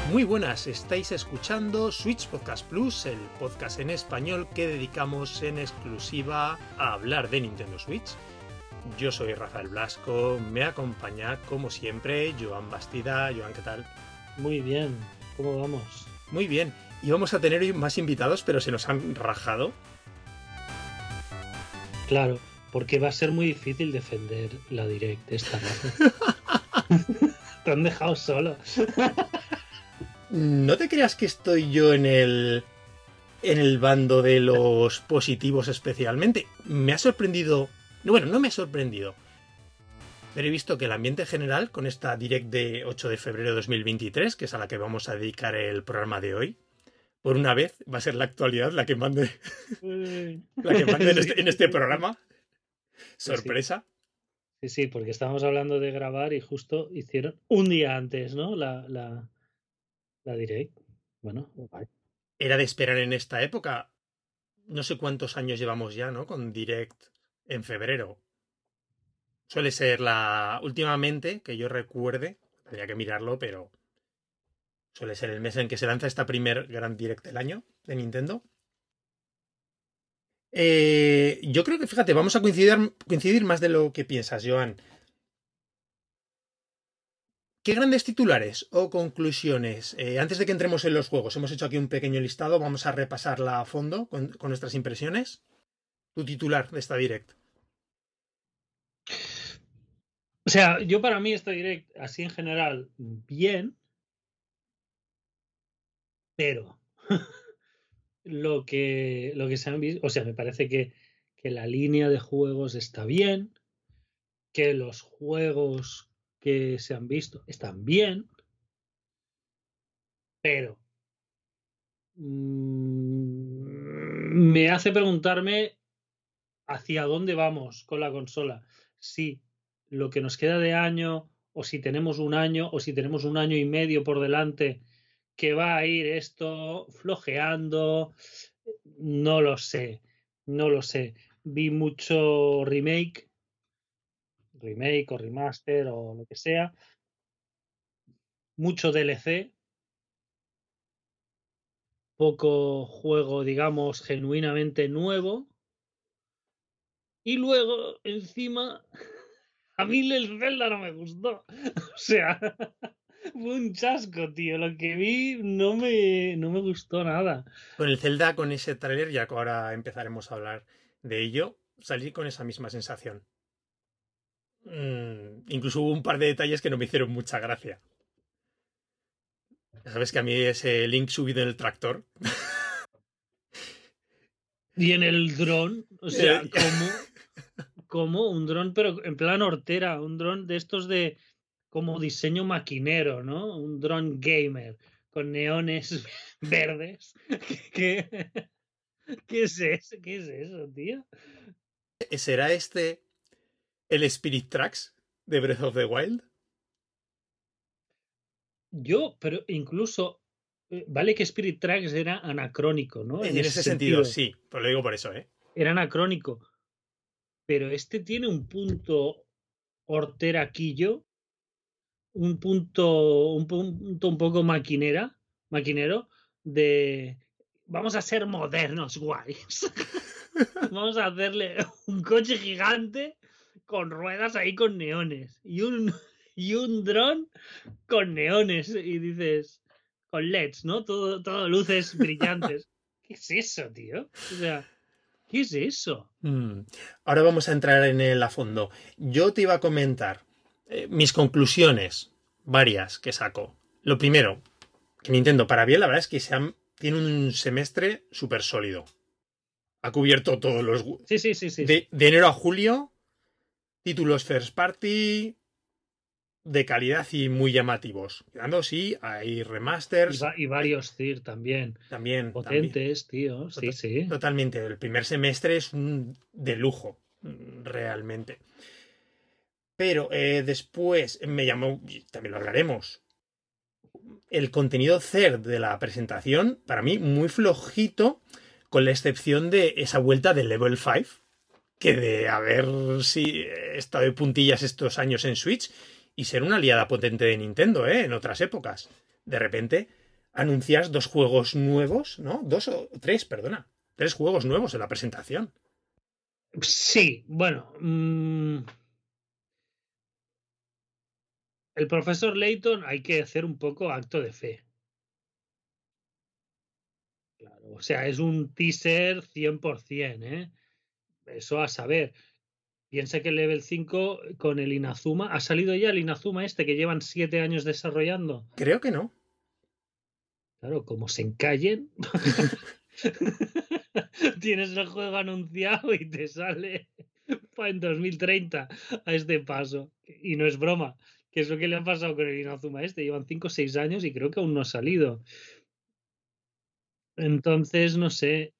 Muy buenas, estáis escuchando Switch Podcast Plus, el podcast en español que dedicamos en exclusiva a hablar de Nintendo Switch. Yo soy Rafael Blasco, me acompaña como siempre Joan Bastida. Joan, ¿qué tal? Muy bien, ¿cómo vamos? Muy bien, y vamos a tener hoy más invitados, pero se nos han rajado. Claro, porque va a ser muy difícil defender la Direct esta noche. Te han dejado solo. No te creas que estoy yo en el bando de los positivos especialmente. Me ha sorprendido. Bueno, no me ha sorprendido. Pero he visto que el ambiente general, con esta Direct de 8 de febrero de 2023, que es a la que vamos a dedicar el programa de hoy, por una vez va a ser la actualidad la que mande, en este programa. Sorpresa. Sí, porque estábamos hablando de grabar y justo hicieron un día antes, ¿no? La Direct. Bueno, vale. Era de esperar en esta época. No sé cuántos años llevamos ya, ¿no? Con Direct en febrero. Suele ser últimamente, que yo recuerde, tendría que mirarlo, pero suele ser el mes en que se lanza esta primer Gran Direct del año de Nintendo. Yo creo que, fíjate, vamos a coincidir más de lo que piensas, Joan. ¿Qué grandes titulares o conclusiones? Antes de que entremos en los juegos, hemos hecho aquí un pequeño listado, vamos a repasarla a fondo con nuestras impresiones. Tu titular de esta Direct. O sea, yo para mí esta Direct, así en general, bien, pero lo que se han visto, o sea, me parece que la línea de juegos está bien, que los juegos que se han visto están bien, pero me hace preguntarme hacia dónde vamos con la consola. Si lo que nos queda de año, o si tenemos un año, o si tenemos un año y medio por delante, que va a ir esto flojeando, no lo sé, no lo sé. Vi mucho remake o remaster o lo que sea, mucho DLC, poco juego, digamos, genuinamente nuevo. Y luego, encima, a mí el Zelda no me gustó. O sea, fue un chasco, tío. Lo que vi no me gustó nada. Con el Zelda, con ese tráiler, ya que ahora empezaremos a hablar de ello, salí con esa misma sensación. Incluso hubo un par de detalles que no me hicieron mucha gracia. Sabes que a mí ese Link subido en el tractor. Y en el dron, o sea, como un dron, pero en plan hortera, un dron de estos de como diseño maquinero, ¿no? Un dron gamer con neones verdes. ¿Qué, qué es eso? ¿Qué es eso, tío? ¿Será este el Spirit Tracks de Breath of the Wild? Pero incluso, vale que Spirit Tracks era anacrónico, ¿no? En ese sentido, sí. Pues lo digo por eso, ¿eh? Era anacrónico. Pero este tiene un punto horteraquillo, un punto un poco maquinero, de vamos a ser modernos, guays. Vamos a hacerle un coche gigante con ruedas ahí con neones. Y un dron con neones. Y dices, con LEDs, ¿no? Todo luces brillantes. ¿Qué es eso, tío? O sea, ¿qué es eso? Ahora vamos a entrar en él a fondo. Yo te iba a comentar mis conclusiones, varias que saco. Lo primero, que Nintendo, para bien, la verdad es que tiene un semestre súper sólido. Ha cubierto todos los... Sí. De enero a julio, títulos first party de calidad y muy llamativos. Quedando, sí, hay remasters. Y varios CIR también. También. Potentes, tío. Sí. Totalmente. El primer semestre es de lujo, realmente. Pero después me llamó, también lo hablaremos, el contenido CER de la presentación, para mí, muy flojito, con la excepción de esa vuelta del Level 5, que de haber estado de puntillas estos años en Switch y ser una aliada potente de Nintendo, en otras épocas. De repente anuncias 2 juegos nuevos, ¿no? 2 o 3, perdona. 3 juegos nuevos en la presentación. Sí, bueno. El profesor Layton hay que hacer un poco acto de fe. Claro, o sea, es un teaser 100%, ¿eh? Eso a saber. Piensa que el Level 5 con el Inazuma, ¿ha salido ya el Inazuma este que llevan 7 años desarrollando? Creo que no. Claro, como se encallen, tienes el juego anunciado y te sale en 2030 a este paso. Y no es broma, que es lo que le ha pasado con el Inazuma este. Llevan 5 o 6 años y creo que aún no ha salido. Entonces, no sé.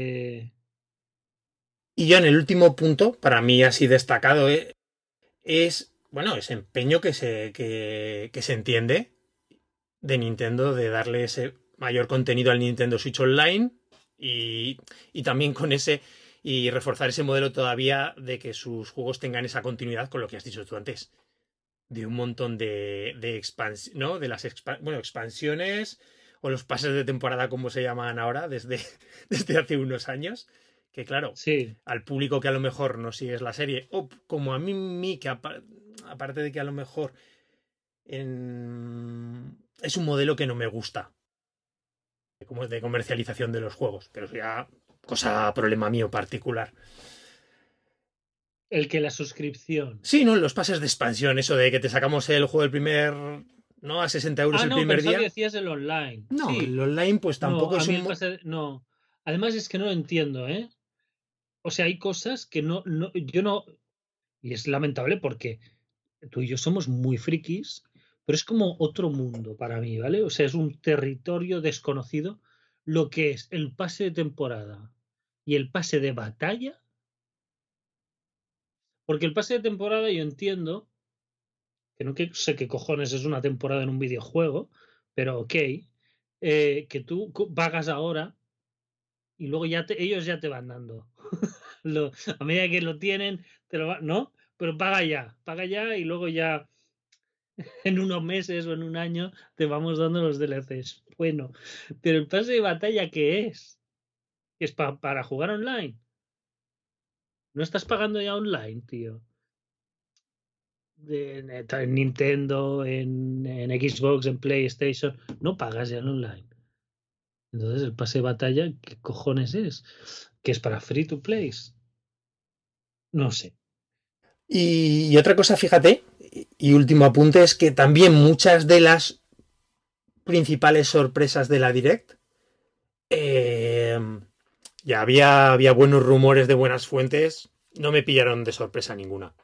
Y yo en el último punto, para mí así destacado, es, bueno, ese empeño que se entiende de Nintendo de darle ese mayor contenido al Nintendo Switch Online y también con ese y reforzar ese modelo todavía de que sus juegos tengan esa continuidad con lo que has dicho tú antes, de un montón de expansiones, ¿no? De las expansiones o los pases de temporada como se llaman ahora desde hace unos años, que claro, Sí. al público que a lo mejor no sigues la serie o como a mí que aparte de que a lo mejor es un modelo que no me gusta, como de comercialización de los juegos, pero es ya problema mío particular. El que la suscripción. Sí, ¿no? Los pases de expansión, eso de que te sacamos el juego del primer, ¿no? A 60 euros el No, primer pensaba día. que decías el online. No, el Sí. online pues No, tampoco a es mí el un... pase. No. Además es que no lo entiendo, ¿eh? O sea, hay cosas que yo no. Y es lamentable porque tú y yo somos muy frikis, pero es como otro mundo para mí, ¿vale? O sea, es un territorio desconocido lo que es el pase de temporada y el pase de batalla. Porque el pase de temporada yo entiendo que no sé qué cojones es una temporada en un videojuego, pero ok, que tú pagas ahora y luego ellos ya te van dando. A medida que lo tienen, te lo ¿no? Pero paga ya y luego ya en unos meses o en un año te vamos dando los DLCs. Bueno, pero el pase de batalla, ¿qué es? ¿Es para jugar online? ¿No estás pagando ya online, tío? En Nintendo, en Xbox, en PlayStation, no pagas ya en online. Entonces el pase de batalla, ¿qué cojones es? ¿Que es para free to play? No sé. Y otra cosa, fíjate, y último apunte, es que también muchas de las principales sorpresas de la Direct, ya había buenos rumores de buenas fuentes, no me pillaron de sorpresa ninguna.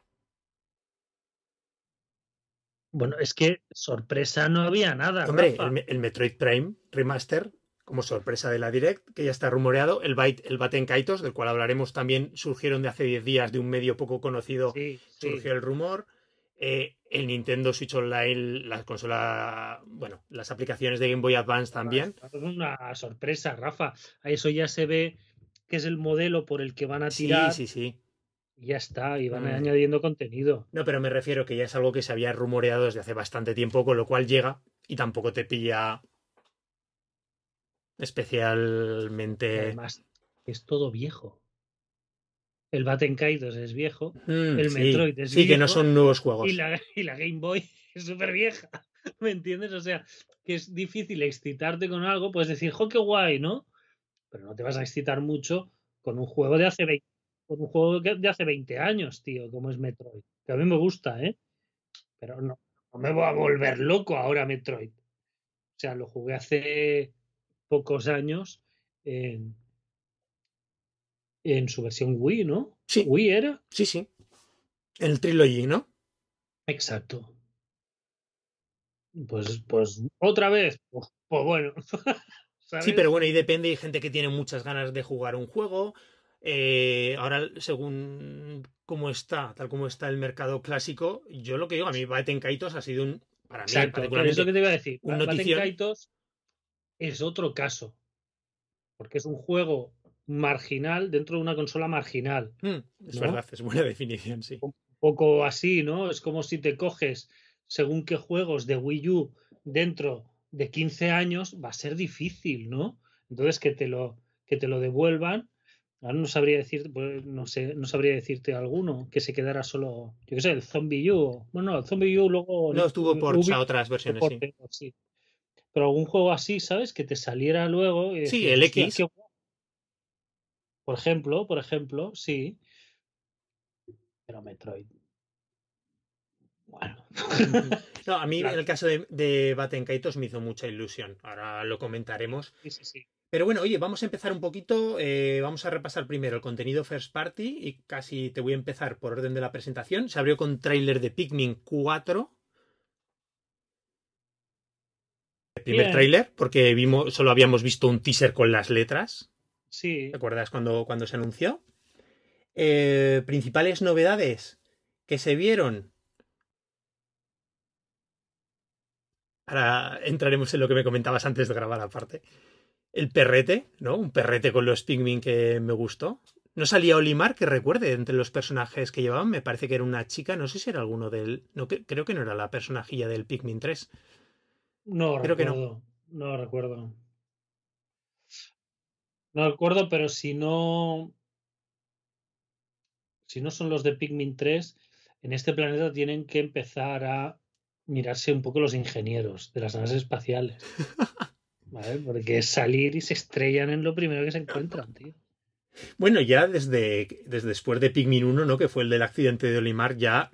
Bueno, es que sorpresa no había nada, Hombre, Rafa. el Metroid Prime Remaster, como sorpresa de la Direct, que ya está rumoreado, el Baten Kaitos, del cual hablaremos también, surgieron de hace 10 días de un medio poco conocido, Sí, sí. surgió el rumor. El Nintendo Switch Online, la consola, bueno, las aplicaciones de Game Boy Advance también. Es una sorpresa, Rafa. A eso ya se ve que es el modelo por el que van a Sí, tirar sí, sí. y ya está, y van Mm. añadiendo contenido. No, pero me refiero que ya es algo que se había rumoreado desde hace bastante tiempo, con lo cual llega y tampoco te pilla Y especialmente. además es todo viejo. El Baten Kaitos es viejo, el Sí, Metroid es sí, que no viejo son nuevos y juegos. la Game Boy es súper vieja. ¿Me entiendes? O sea, que es difícil excitarte con algo. Puedes decir, ¡jo, qué guay!, ¿no? Pero no te vas a excitar mucho con un juego de hace 20, con un juego de hace 20 años, tío, como es Metroid. Que a mí me gusta, ¿eh? Pero no me voy a volver loco ahora Metroid. O sea, lo jugué hace pocos años en su versión Wii, ¿no? Sí, ¿Wii era? sí, sí. El Trilogy, ¿no? Exacto. Pues otra vez. Pues bueno, Sí, pero ¿sabes? bueno, y depende, hay gente que tiene muchas ganas de jugar un juego. Ahora, según cómo está, tal como está el mercado clásico, yo lo que digo, a mí Baten Kaitos ha sido para mí Exacto, que es lo particularmente, que te iba a decir. un Baten notición. Kaitos es otro caso, porque es un juego marginal dentro de una consola marginal, Es ¿no? verdad, es buena definición, sí. Un poco así, ¿no? Es como si te coges según qué juegos de Wii U dentro de 15 años va a ser difícil, ¿no? Entonces que te lo devuelvan. Ahora no sabría decir, pues, no sé, no sabría decirte alguno que se quedara solo, yo qué sé, el Zombie U. Bueno, el Zombie U luego No, tuvo ports a Ubi otras versiones, sí. soporte, sí. Pero algún juego así, ¿sabes? Que te saliera luego y Sí, decías, el hostia, X. por ejemplo, sí. Pero Metroid, bueno. Ujú. No, a mí en Claro, el caso de Baten Kaitos me hizo mucha ilusión. Ahora lo comentaremos. sí, sí, sí. Pero bueno, oye, vamos a empezar un poquito. Vamos a repasar primero el contenido First Party y casi te voy a empezar por orden de la presentación. Se abrió con tráiler de Pikmin 4. El primer Bien, tráiler, porque solo habíamos visto un teaser con las letras. ¿Te sí. acuerdas cuando se anunció? Principales novedades que se vieron. Ahora entraremos en lo que me comentabas antes de grabar aparte. El perrete, ¿no? Un perrete con los Pikmin que me gustó. No salía Olimar, que recuerde, entre los personajes que llevaban. Me parece que era una chica. No sé si era alguno del. No, creo que no era la personajilla del Pikmin 3. No Creo que no. recuerdo, no recuerdo. No recuerdo, pero si no son los de Pikmin 3, en este planeta tienen que empezar a mirarse un poco los ingenieros de las naves espaciales, ¿vale? Porque es salir y se estrellan en lo primero que se encuentran, tío. Bueno, ya desde después de Pikmin 1, ¿no? Que fue el del accidente de Olimar, ya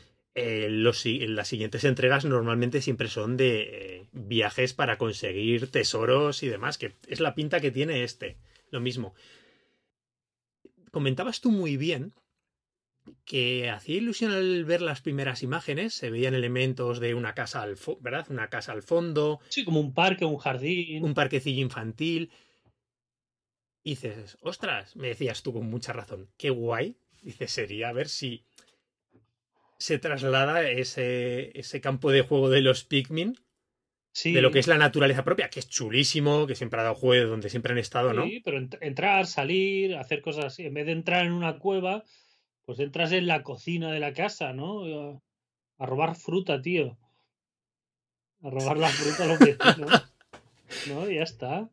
las siguientes entregas normalmente siempre son de viajes para conseguir tesoros y demás, que es la pinta que tiene este. Lo mismo. Comentabas tú muy bien que hacía ilusión al ver las primeras imágenes, se veían elementos de una casa ¿verdad? Una casa al fondo, Sí, como un parque, un jardín. un parquecillo infantil. Y dices, ostras, me decías tú con mucha razón, qué guay. Dices, sería a ver si se traslada ese campo de juego de los Pikmin, de lo que Sí, es la naturaleza propia, que es chulísimo, que siempre ha dado juego, donde siempre han estado, ¿no? sí, pero entrar, salir, hacer cosas así. En vez de entrar en una cueva, pues entras en la cocina de la casa, ¿no? A robar fruta, tío. A robar la fruta a los vecinos, ¿no? Y ya está.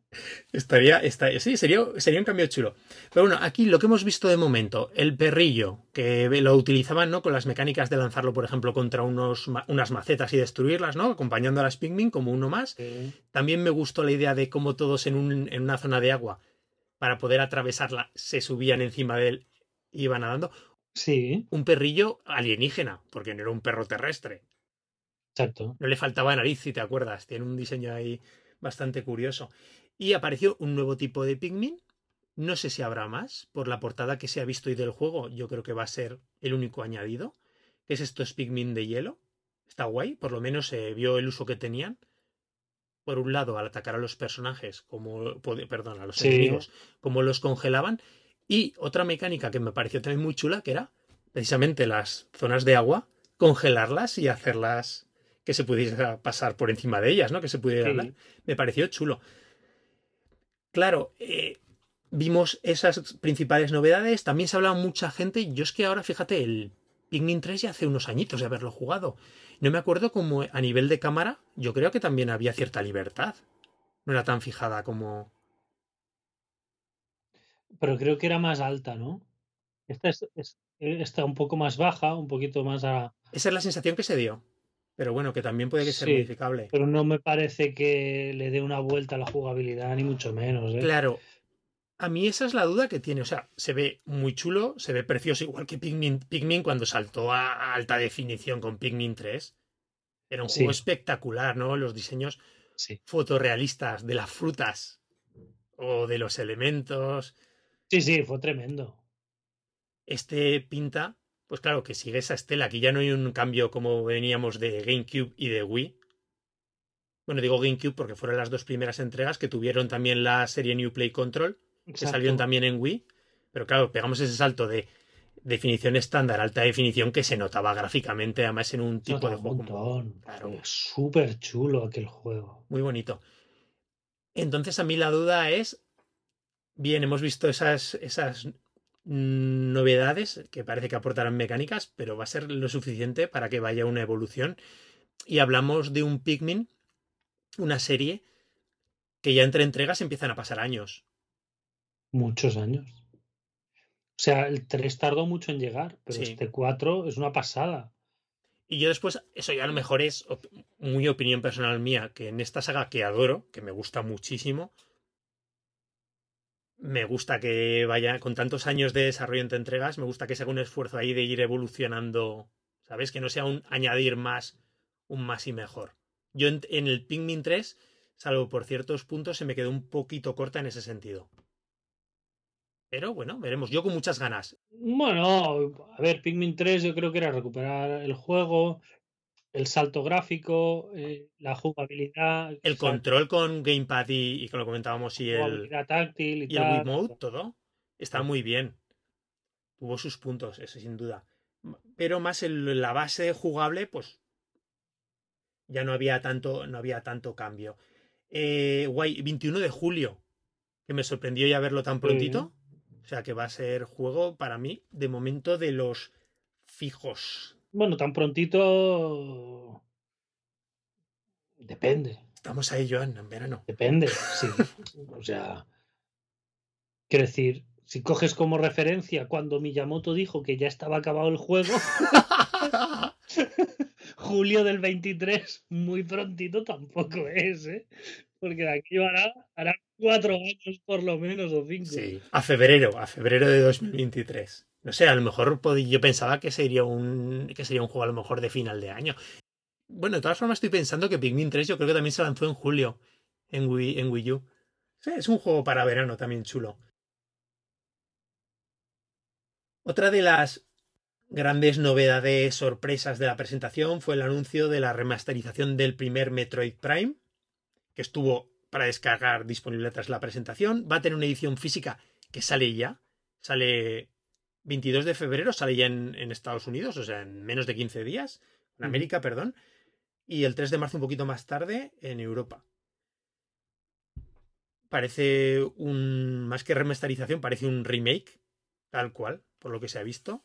Sí, sería un cambio chulo. Pero bueno, aquí lo que hemos visto de momento, el perrillo, que lo utilizaban, ¿no? Con las mecánicas de lanzarlo, por ejemplo, contra unas macetas y destruirlas, ¿no? Acompañando a las Pikmin como uno más. También me gustó la idea de cómo todos en una zona de agua, para poder atravesarla, se subían encima de él y iban nadando. Sí, Un perrillo alienígena, porque no era un perro terrestre. exacto. No le faltaba nariz, si te acuerdas. Tiene un diseño ahí bastante curioso. Y apareció un nuevo tipo de Pikmin. No sé si habrá más. Por la portada que se ha visto hoy del juego, yo creo que va a ser el único añadido. Que es estos Pikmin de hielo. Está guay. Por lo menos se vio el uso que tenían. Por un lado, al atacar a los personajes, perdón, a los Sí, enemigos, como los congelaban. Y otra mecánica que me pareció también muy chula, que era precisamente las zonas de agua, congelarlas y hacerlas que se pudiera pasar por encima de ellas, ¿no? Que se pudiera hablar. sí. Me pareció chulo. Claro, vimos esas principales novedades. También se hablaba mucha gente. Yo es que ahora, fíjate, el Pikmin 3 ya hace unos añitos de haberlo jugado. No me acuerdo cómo a nivel de cámara, yo creo que también había cierta libertad. No era tan fijada como. Pero creo que era más alta, ¿no? Esta está un poco más baja, un poquito más a... Esa es la sensación que se dio. Pero bueno, que también puede que ser Sí, modificable. pero no me parece que le dé una vuelta a la jugabilidad, ni mucho menos, ¿eh? Claro, a mí esa es la duda que tiene. O sea, se ve muy chulo, se ve precioso, igual que Pikmin cuando saltó a alta definición con Pikmin 3. Era un juego Sí, espectacular, ¿no? Los diseños sí. fotorrealistas de las frutas o de los elementos. Sí, sí, fue tremendo. Este pinta, pues claro, que sigue esa estela. Aquí ya no hay un cambio como veníamos de GameCube y de Wii. Bueno, digo GameCube porque fueron las dos primeras entregas que tuvieron también la serie New Play Control, que salieron Exacto. también en Wii. Pero claro, pegamos ese salto de definición estándar, alta definición, que se notaba gráficamente, además en un Se tipo de notaba un juego como. montón. Claro, Fue súper chulo aquel juego. muy bonito. Entonces a mí la duda es, bien, hemos visto esas novedades que parece que aportarán mecánicas, pero va a ser lo suficiente para que vaya una evolución. Y hablamos de un Pikmin una serie que ya entre entregas empiezan a pasar años. Muchos años. O sea, el 3 tardó mucho en llegar, pero Sí. este 4 es una pasada. Y yo después, eso ya a lo mejor es muy opinión personal mía, que en esta saga que adoro, que me gusta muchísimo, me gusta que vaya con tantos años de desarrollo entre entregas, me gusta que se haga un esfuerzo ahí de ir evolucionando, ¿sabes? Que no sea un añadir más, un más y mejor. Yo en el Pikmin 3, salvo por ciertos puntos, se me quedó un poquito corta en ese sentido. Pero bueno, veremos. Yo con muchas ganas. Bueno, a ver, Pikmin 3 yo creo que era recuperar el juego, el salto gráfico, la jugabilidad, El control con Gamepad y como lo comentábamos, jugabilidad táctil y y el tal. Wiimote, todo, está muy bien. Tuvo sus puntos, eso sin duda. Pero más en la base jugable, pues ya no había tanto cambio. Guay, 21 de julio, que me sorprendió ya verlo tan Sí. prontito. O sea que va a ser juego para mí, de momento, de los fijos. Bueno, tan prontito depende, Estamos ahí, Joan, en verano. depende, sí. O sea, quiero decir, si coges como referencia cuando Miyamoto dijo que ya estaba acabado el juego, julio del 23, muy prontito tampoco es, ¿eh? Porque de aquí hará 4 años por lo menos o 5. Sí, a febrero de 2023. No sé, a lo mejor yo pensaba que sería un juego a lo mejor de final de año. Bueno, de todas formas estoy pensando que Pikmin 3 yo creo que también se lanzó en julio en Wii U. Sí, es un juego para verano también chulo. Otra de las grandes novedades, sorpresas de la presentación fue el anuncio de la remasterización del primer Metroid Prime, que estuvo para descargar disponible tras la presentación. Va a tener una edición física que sale ya. Sale 22 de febrero, sale ya en Estados Unidos, o sea, en menos de 15 días. En América, perdón. Y el 3 de marzo, un poquito más tarde, en Europa. Parece un. Más que remasterización, parece un remake. Tal cual, por lo que se ha visto.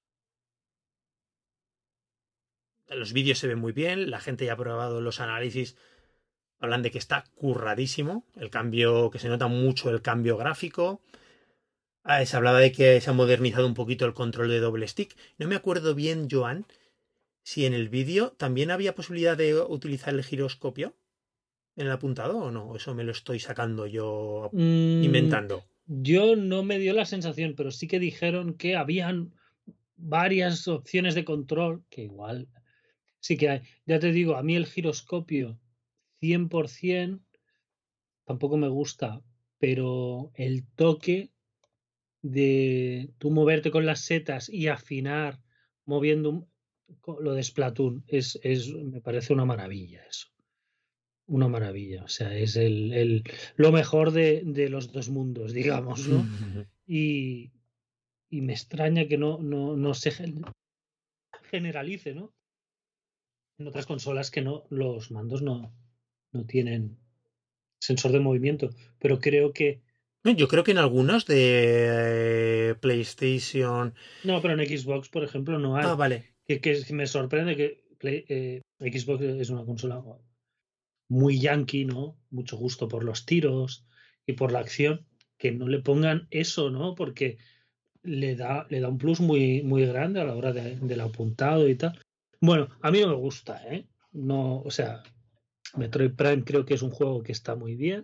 Los vídeos se ven muy bien. La gente ya ha probado los análisis. Hablan de que está curradísimo. El cambio. Que se nota mucho el cambio gráfico. Se hablaba de que se ha modernizado un poquito el control de doble stick. No me acuerdo bien, Joan, si en el vídeo también había posibilidad de utilizar el giroscopio en el apuntado o no. Eso me lo estoy sacando yo Mm, inventando. yo no me dio la sensación, pero sí que dijeron que habían varias opciones de control, que igual sí que hay. Ya te digo, a mí el giroscopio 100% tampoco me gusta, pero el toque de tú moverte con las setas y afinar moviendo lo de Splatoon me parece una maravilla eso. Una maravilla. O sea, es lo mejor de los dos mundos, digamos, ¿no? Y, y me extraña que no se generalice, ¿no? En otras consolas que no, los mandos no tienen sensor de movimiento, pero creo que No, yo creo que en algunos de PlayStation. no, pero en Xbox, por ejemplo, no Ah, hay. vale. Que me sorprende que Xbox es una consola muy yankee, ¿no? Mucho gusto por los tiros y por la acción, que no le pongan eso, ¿no? Porque le da un plus muy grande a la hora del apuntado y tal. Bueno, a mí no me gusta, ¿eh? No, o sea, Metroid Prime creo que es un juego que está muy bien,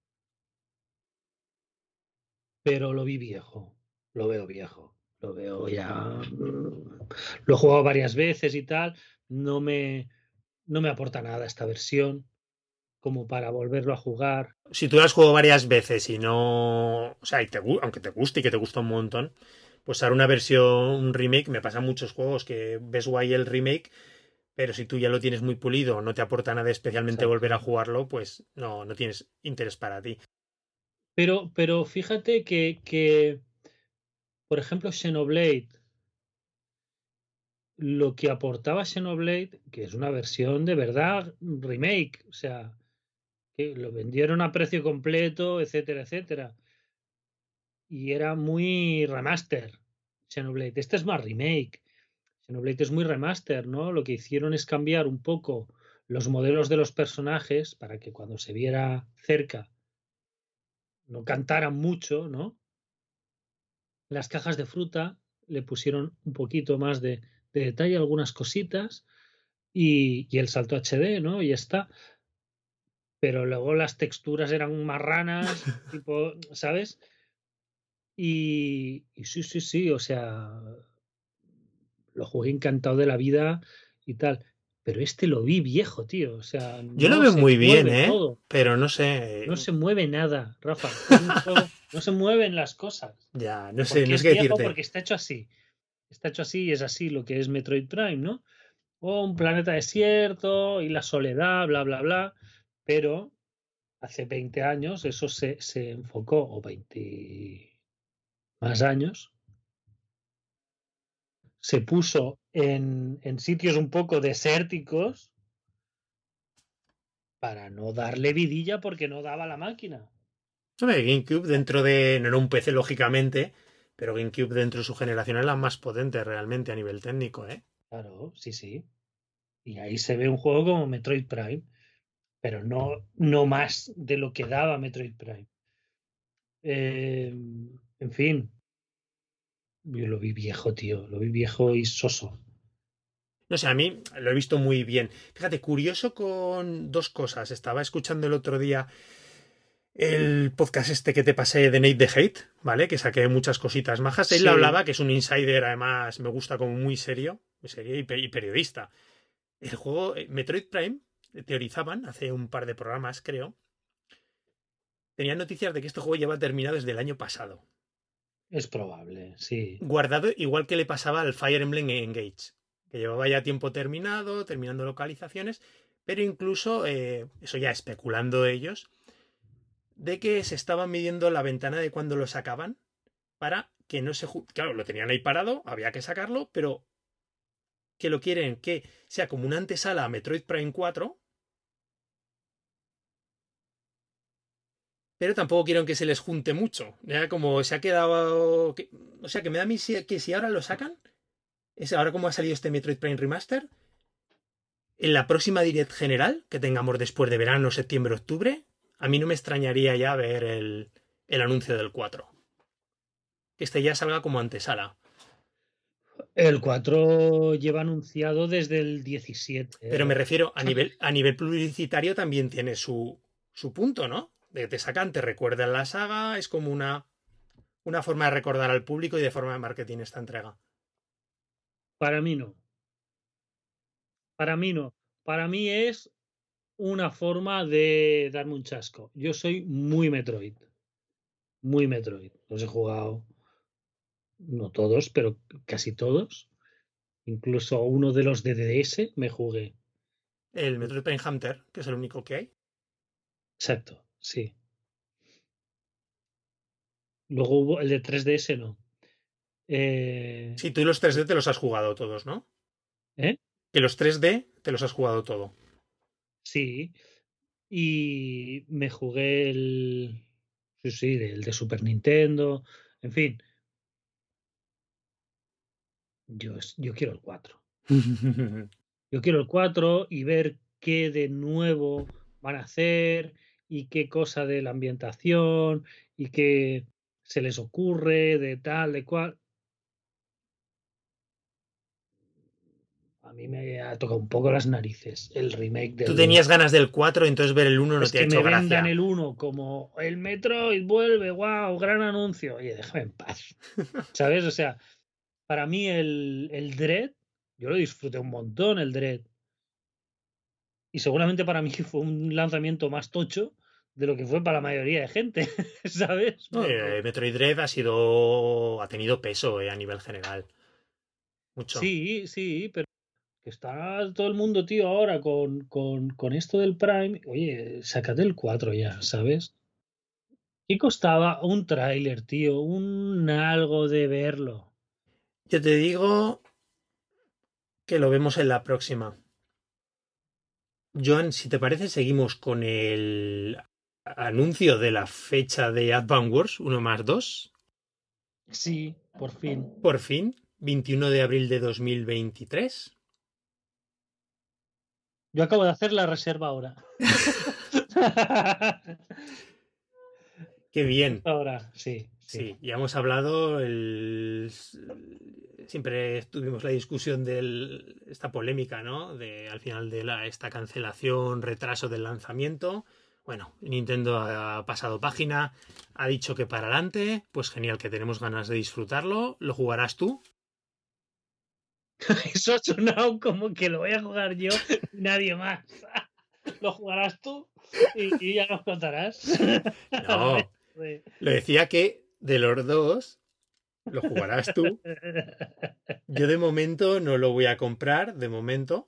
pero lo vi viejo, lo veo viejo, lo veo ya. Lo he jugado varias veces y tal, no me aporta nada esta versión como para volverlo a jugar. Si tú lo has jugado varias veces y no. O sea, aunque te guste y que te gusta un montón, pues ahora una versión, un remake, me pasa en muchos juegos que ves guay el remake, pero si tú ya lo tienes muy pulido, no te aporta nada especialmente volver a Exacto. jugarlo, pues no tienes interés para ti. Pero fíjate que, por ejemplo, Xenoblade, lo que aportaba Xenoblade, que es una versión de verdad remake, o sea, que lo vendieron a precio completo, etcétera, etcétera, y era muy remaster. Xenoblade, este es más remake. Xenoblade es muy remaster, ¿no? Lo que hicieron es cambiar un poco los modelos de los personajes, para que cuando se viera cerca no cantaran mucho, ¿no? Las cajas de fruta le pusieron un poquito más de detalle, algunas cositas, y el salto HD, ¿no? Y está. Pero luego las texturas eran marranas, tipo, ¿sabes? Y sí, sí, sí, o sea, lo jugué encantado de la vida y tal. Pero este lo vi viejo, tío. O sea, Yo lo no veo se muy bien, mueve ¿eh? todo. Pero no sé. No se mueve nada, Rafa. Es un juego, no se mueven las cosas. Ya, no sé, Porque no sé es qué viejo, decirte. porque está hecho así. Está hecho así y es así lo que es Metroid Prime, ¿no? O un planeta desierto y la soledad, bla, bla, bla. Pero hace 20 años eso se enfocó, o 20 más años, se puso en sitios un poco desérticos para no darle vidilla porque no daba la máquina. Hombre, GameCube dentro de. No era un PC, lógicamente. Pero GameCube dentro de su generación es la más potente realmente a nivel técnico, ¿eh? Claro, sí, sí. Y ahí se ve un juego como Metroid Prime, pero no más de lo que daba Metroid Prime. En fin, yo lo vi viejo, tío. Lo vi viejo y soso. No sé, a mí lo he visto muy bien. Fíjate, curioso con dos cosas. Estaba escuchando el otro día el podcast este que te pasé de Nate the Hate, ¿vale? Que saqué muchas cositas majas. Él Sí, hablaba, que es un insider, además me gusta como muy serio y periodista. El juego Metroid Prime, teorizaban hace un par de programas, creo, tenían noticias de que este juego lleva terminado desde el año pasado. es probable, sí. Guardado igual que le pasaba al Fire Emblem Engage, que llevaba ya tiempo terminado, terminando localizaciones, pero incluso, eso ya especulando ellos, de que se estaban midiendo la ventana de cuando lo sacaban para que no se... Claro, lo tenían ahí parado, había que sacarlo, pero que lo quieren que sea como una antesala a Metroid Prime 4, pero tampoco quieren que se les junte mucho. Ya como se ha quedado... O sea, que me da a mí que si ahora lo sacan, es ahora como ha salido este Metroid Prime Remaster, en la próxima Direct general que tengamos después de verano, septiembre, octubre, a mí no me extrañaría ya ver el anuncio del 4. Que este ya salga como antesala. El 4 lleva anunciado desde el 17, Pero me Rafa. refiero a nivel publicitario también tiene su punto, ¿no? De que te sacan, te recuerdan la saga, es como una forma de recordar al público y de forma de marketing esta entrega. Para mí no. Para mí no. Para mí es una forma de darme un chasco. Yo soy muy Metroid. Muy Metroid. Los he jugado, no todos, pero casi todos. Incluso uno de los de DDS me jugué. El Metroid Prime Hunter, que es el único que hay. Exacto, sí. Luego hubo el de 3DS, no. Eh, Sí, tú los 3D te los has jugado todos, ¿no? ¿Eh? Que los 3D te los has jugado todo. Sí. Y me jugué el. Sí, sí, el de Super Nintendo. En fin, yo quiero el 4. Yo quiero el 4 y ver qué de nuevo van a hacer y qué cosa de la ambientación y qué se les ocurre de tal, de cual. A mí me ha tocado un poco las narices el remake Tú del uno. tenías ganas del 4, entonces ver el 1 no Es te ha que hecho me vendan gracia. el uno como el Metroid vuelve, wow, gran anuncio. Oye, déjame en paz. ¿Sabes? O sea, para mí el Dread, yo lo disfruté un montón, el Dread. Y seguramente para mí fue un lanzamiento más tocho de lo que fue para la mayoría de gente, ¿sabes? No, Porque Metroid Dread ha tenido peso a nivel general. Mucho. sí, sí, pero que está todo el mundo, tío, ahora con esto del Prime. Oye, sácate el 4 ya, ¿sabes? ¿Qué costaba un tráiler, tío? Un algo de verlo. Yo te digo que lo vemos en la próxima. Joan, si te parece, seguimos con el anuncio de la fecha de Advance Wars 1+2. Sí, por fin. Por fin, 21 de abril de 2023. Yo acabo de hacer la reserva ahora. Qué bien. Ahora, sí. Sí, ya hemos hablado, siempre tuvimos la discusión de esta polémica, ¿no? De al final de esta cancelación, retraso del lanzamiento. Bueno, Nintendo ha pasado página, ha dicho que para adelante, pues genial, que tenemos ganas de disfrutarlo. ¿Lo jugarás tú? Eso ha sonado como que lo voy a jugar yo y nadie más. Lo jugarás tú y ya nos contarás. No, lo decía que de los dos lo jugarás tú. Yo de momento no lo voy a comprar, de momento.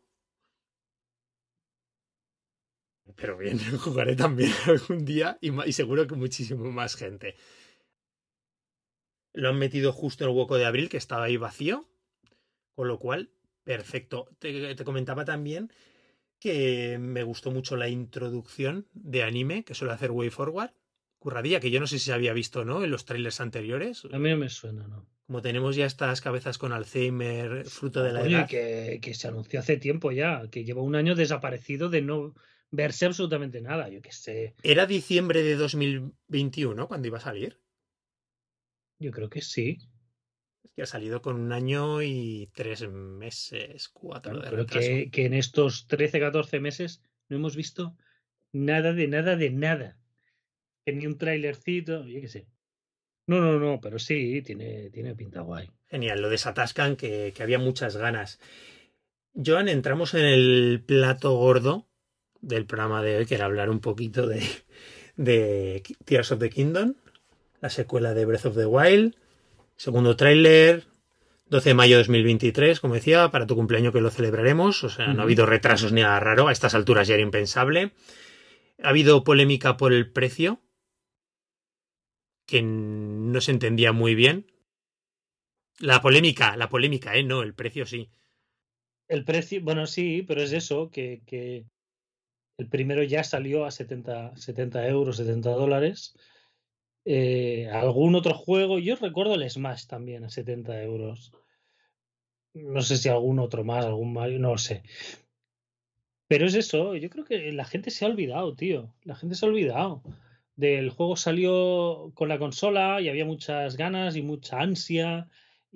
Pero bien, jugaré también algún día y seguro que muchísimo más gente. Lo han metido justo en el hueco de abril, que estaba ahí vacío. Con lo cual, perfecto. Te comentaba también que me gustó mucho la introducción de anime que suele hacer Way Forward. Curradilla, que yo no sé si se había visto, ¿no? En los trailers anteriores. A mí no me suena, ¿no? Como tenemos ya estas cabezas con Alzheimer, fruto de la Coño, y edad. que se anunció hace tiempo ya, que lleva un año desaparecido de no verse absolutamente nada, yo qué sé. ¿Era diciembre de 2021 cuando iba a salir? Yo creo que sí. Es que ha salido con 1 año y 3 meses, 4 Claro, de pero retraso. que en estos 13, 14 meses no hemos visto nada de nada de nada. Que ni un trailercito, yo qué sé. No, pero sí, tiene pinta guay. Genial, lo desatascan que había muchas ganas. Joan, entramos en el plato gordo del programa de hoy, que era hablar un poquito de Tears of the Kingdom, la secuela de Breath of the Wild, segundo tráiler, 12 de mayo de 2023, como decía, para tu cumpleaños que lo celebraremos, o sea, no ha habido retrasos ni nada raro, a estas alturas ya era impensable. Ha habido polémica por el precio, que no se entendía muy bien. La polémica, no, el precio sí. El precio, bueno, sí, pero es eso, que el primero ya salió a 70 euros, $70. Algún otro juego, yo recuerdo el Smash también a 70 euros. No sé si algún otro más, algún Mario, no sé. Pero es eso, yo creo que la gente se ha olvidado, tío. La gente se ha olvidado. Del juego salió con la consola y había muchas ganas y mucha ansia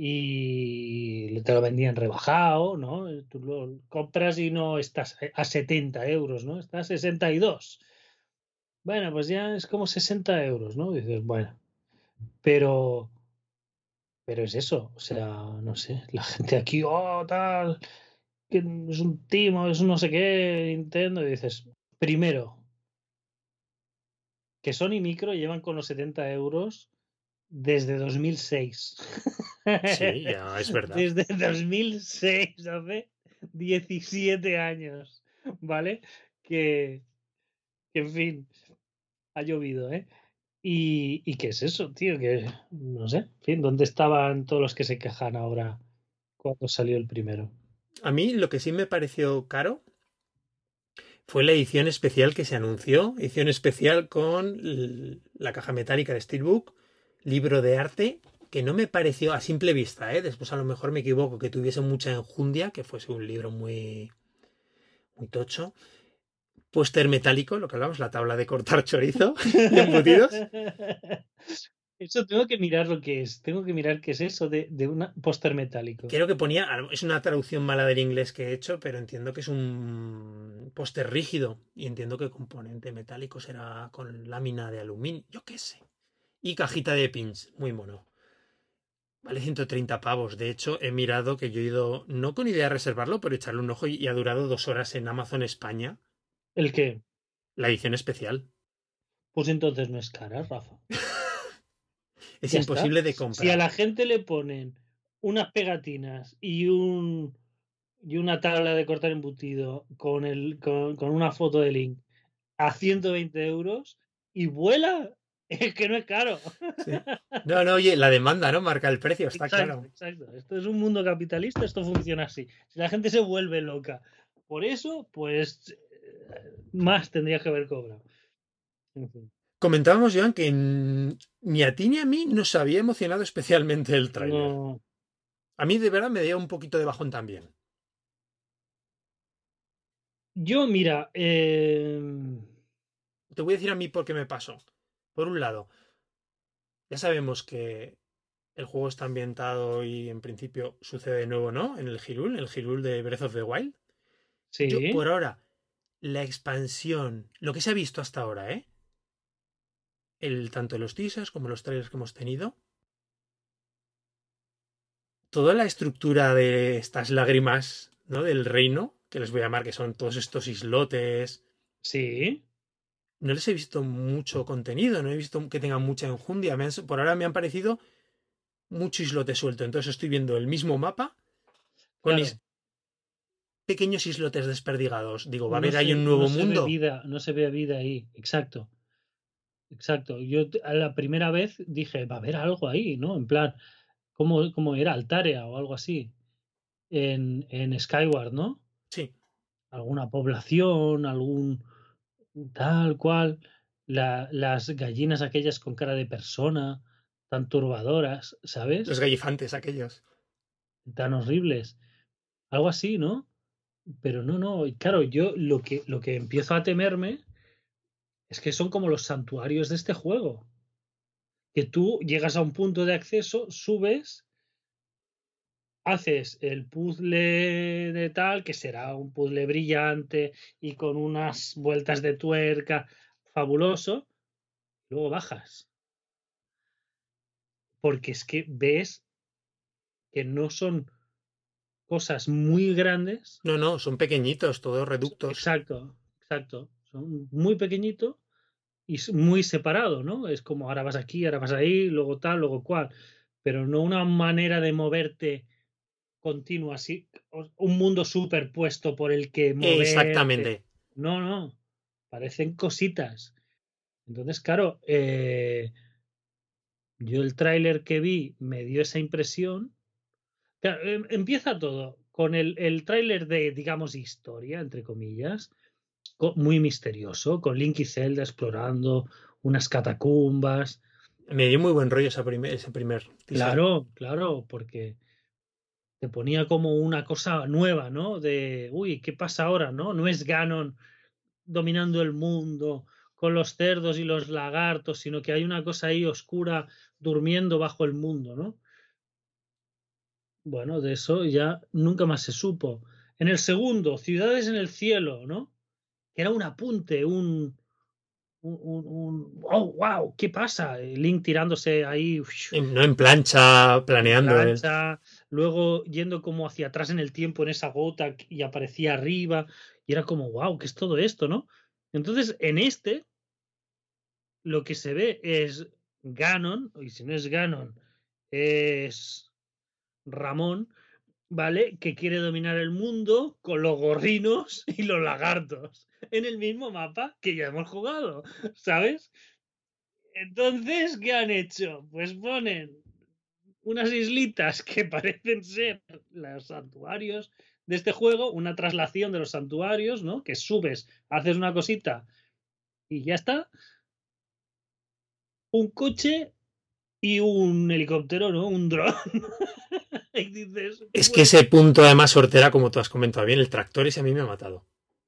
y te lo vendían rebajado, ¿no? Tú lo compras y no estás a 70 euros, ¿no? Estás a 62. Bueno, pues ya es como 60 euros, ¿no? Dices, bueno, pero, pero es eso, o sea, no sé, la gente aquí, oh, tal, que es un timo, es un no sé qué, Nintendo, y dices, primero, que Sony Micro llevan con los 70 euros desde 2006. Sí, ya es verdad. Desde 2006, hace 17 años, ¿vale? Que en fin, ha llovido, ¿eh? ¿Y qué es eso, tío? Que no sé, en fin, ¿dónde estaban todos los que se quejan ahora cuando salió el primero? A mí lo que sí me pareció caro fue la edición especial que se anunció, edición especial con la caja metálica de Steelbook, libro de arte, que no me pareció a simple vista, ¿eh? Después a lo mejor me equivoco, que tuviese mucha enjundia, que fuese un libro muy, muy tocho. Póster metálico, lo que hablamos, la tabla de cortar chorizo y embutidos. Eso tengo que mirar lo que es. Tengo que mirar qué es eso de un póster metálico. Creo que ponía, es una traducción mala del inglés que he hecho, pero entiendo que es un póster rígido y entiendo que el componente metálico será con lámina de aluminio, yo qué sé. Y cajita de pins, muy mono. Vale 130 pavos. De hecho, he mirado que yo he ido, no con idea de reservarlo, pero echarle un ojo y ha durado 2 horas en Amazon España. ¿El qué? La edición especial. Pues entonces no es cara, Rafa. Es Ya está. imposible de Si a comprar. la gente le ponen unas pegatinas y una tabla de cortar embutido con una foto de Link a 120 euros y vuela, es que no es caro. Sí. No, no, oye, la demanda, ¿no? Marca el precio, está Exacto, claro. exacto. Esto es un mundo capitalista, esto funciona así. Si la gente se vuelve loca por eso, pues más tendría que haber cobrado. En fin. Comentábamos, Joan, que ni a ti ni a mí nos había emocionado especialmente el tráiler. No, A mí de verdad me dio un poquito de bajón también. Yo, mira, Te voy a decir a mí por qué me pasó. Por un lado, ya sabemos que el juego está ambientado y en principio sucede de nuevo, ¿no? En el Hyrule de Breath of the Wild. Yo, sí, por ahora, la expansión, lo que se ha visto hasta ahora, ¿eh? Tanto los teasers como los trailers que hemos tenido, toda la estructura de estas lágrimas, ¿no? Del reino, que les voy a llamar, que son todos estos islotes. sí, No les he visto mucho contenido, no he visto que tengan mucha enjundia. Por ahora me han parecido mucho islote suelto. Entonces estoy viendo el mismo mapa con claro. pequeños islotes desperdigados. Digo, ¿va a No haber ahí se, un no nuevo se ve mundo? vida, no se ve vida ahí. Exacto, exacto. Yo a la primera vez dije, va a haber algo ahí, ¿no? En plan, ¿cómo era? Altaria o algo así. En Skyward, ¿no? Sí, Alguna población, algún tal cual. Las gallinas aquellas con cara de persona, tan turbadoras, los ¿sabes? gallifantes aquellos. Tan horribles. Algo así, ¿no? Pero no, no. Y claro, yo lo que empiezo a temerme es que son como los santuarios de este juego. Que tú llegas a un punto de acceso, subes, haces el puzzle de tal, que será un puzzle brillante y con unas vueltas de tuerca fabuloso, luego bajas. Porque es que ves que no son cosas muy grandes. No, no, son pequeñitos, todos reductos. Exacto, exacto. Son muy pequeñitos y muy separado, ¿no? Es como ahora vas aquí, ahora vas ahí, luego tal, luego cual, pero no una manera de moverte continua, así, un mundo superpuesto por el que moverte. Exactamente. No, no, parecen cositas. Entonces, claro, yo el tráiler que vi me dio esa impresión. Claro, empieza todo con el tráiler de, digamos, historia, entre comillas, muy misterioso, con Link y Zelda explorando unas catacumbas. Me dio muy buen rollo ese primer teaser. Claro, claro, porque te ponía como una cosa nueva, ¿no? De, uy, ¿qué pasa ahora, no? No es Ganon dominando el mundo con los cerdos y los lagartos, sino que hay una cosa ahí oscura durmiendo bajo el mundo, ¿no? Bueno, de eso ya nunca más se supo. En el segundo, Ciudades en el cielo, ¿no? Que era un apunte, oh, wow, ¿qué pasa? Link tirándose ahí No en plancha, en planeando el. plancha, luego yendo como hacia atrás en el tiempo en esa gota y aparecía arriba, y era como, wow, ¿qué es todo esto, no? Entonces, en este, lo que se ve es Ganon, y si no es Ganon, es Ramón, ¿vale? Que quiere dominar el mundo con los gorrinos y los lagartos en el mismo mapa que ya hemos jugado, ¿sabes? Entonces, ¿qué han hecho? Pues ponen unas islitas que parecen ser los santuarios de este juego, una traslación de los santuarios, ¿no? Que subes, haces una cosita y ya está. Un coche y un helicóptero, ¿no? Un dron. Y dices, Es que pues ese punto, además, sortera, como tú has comentado bien, el tractor ese a mí me ha matado.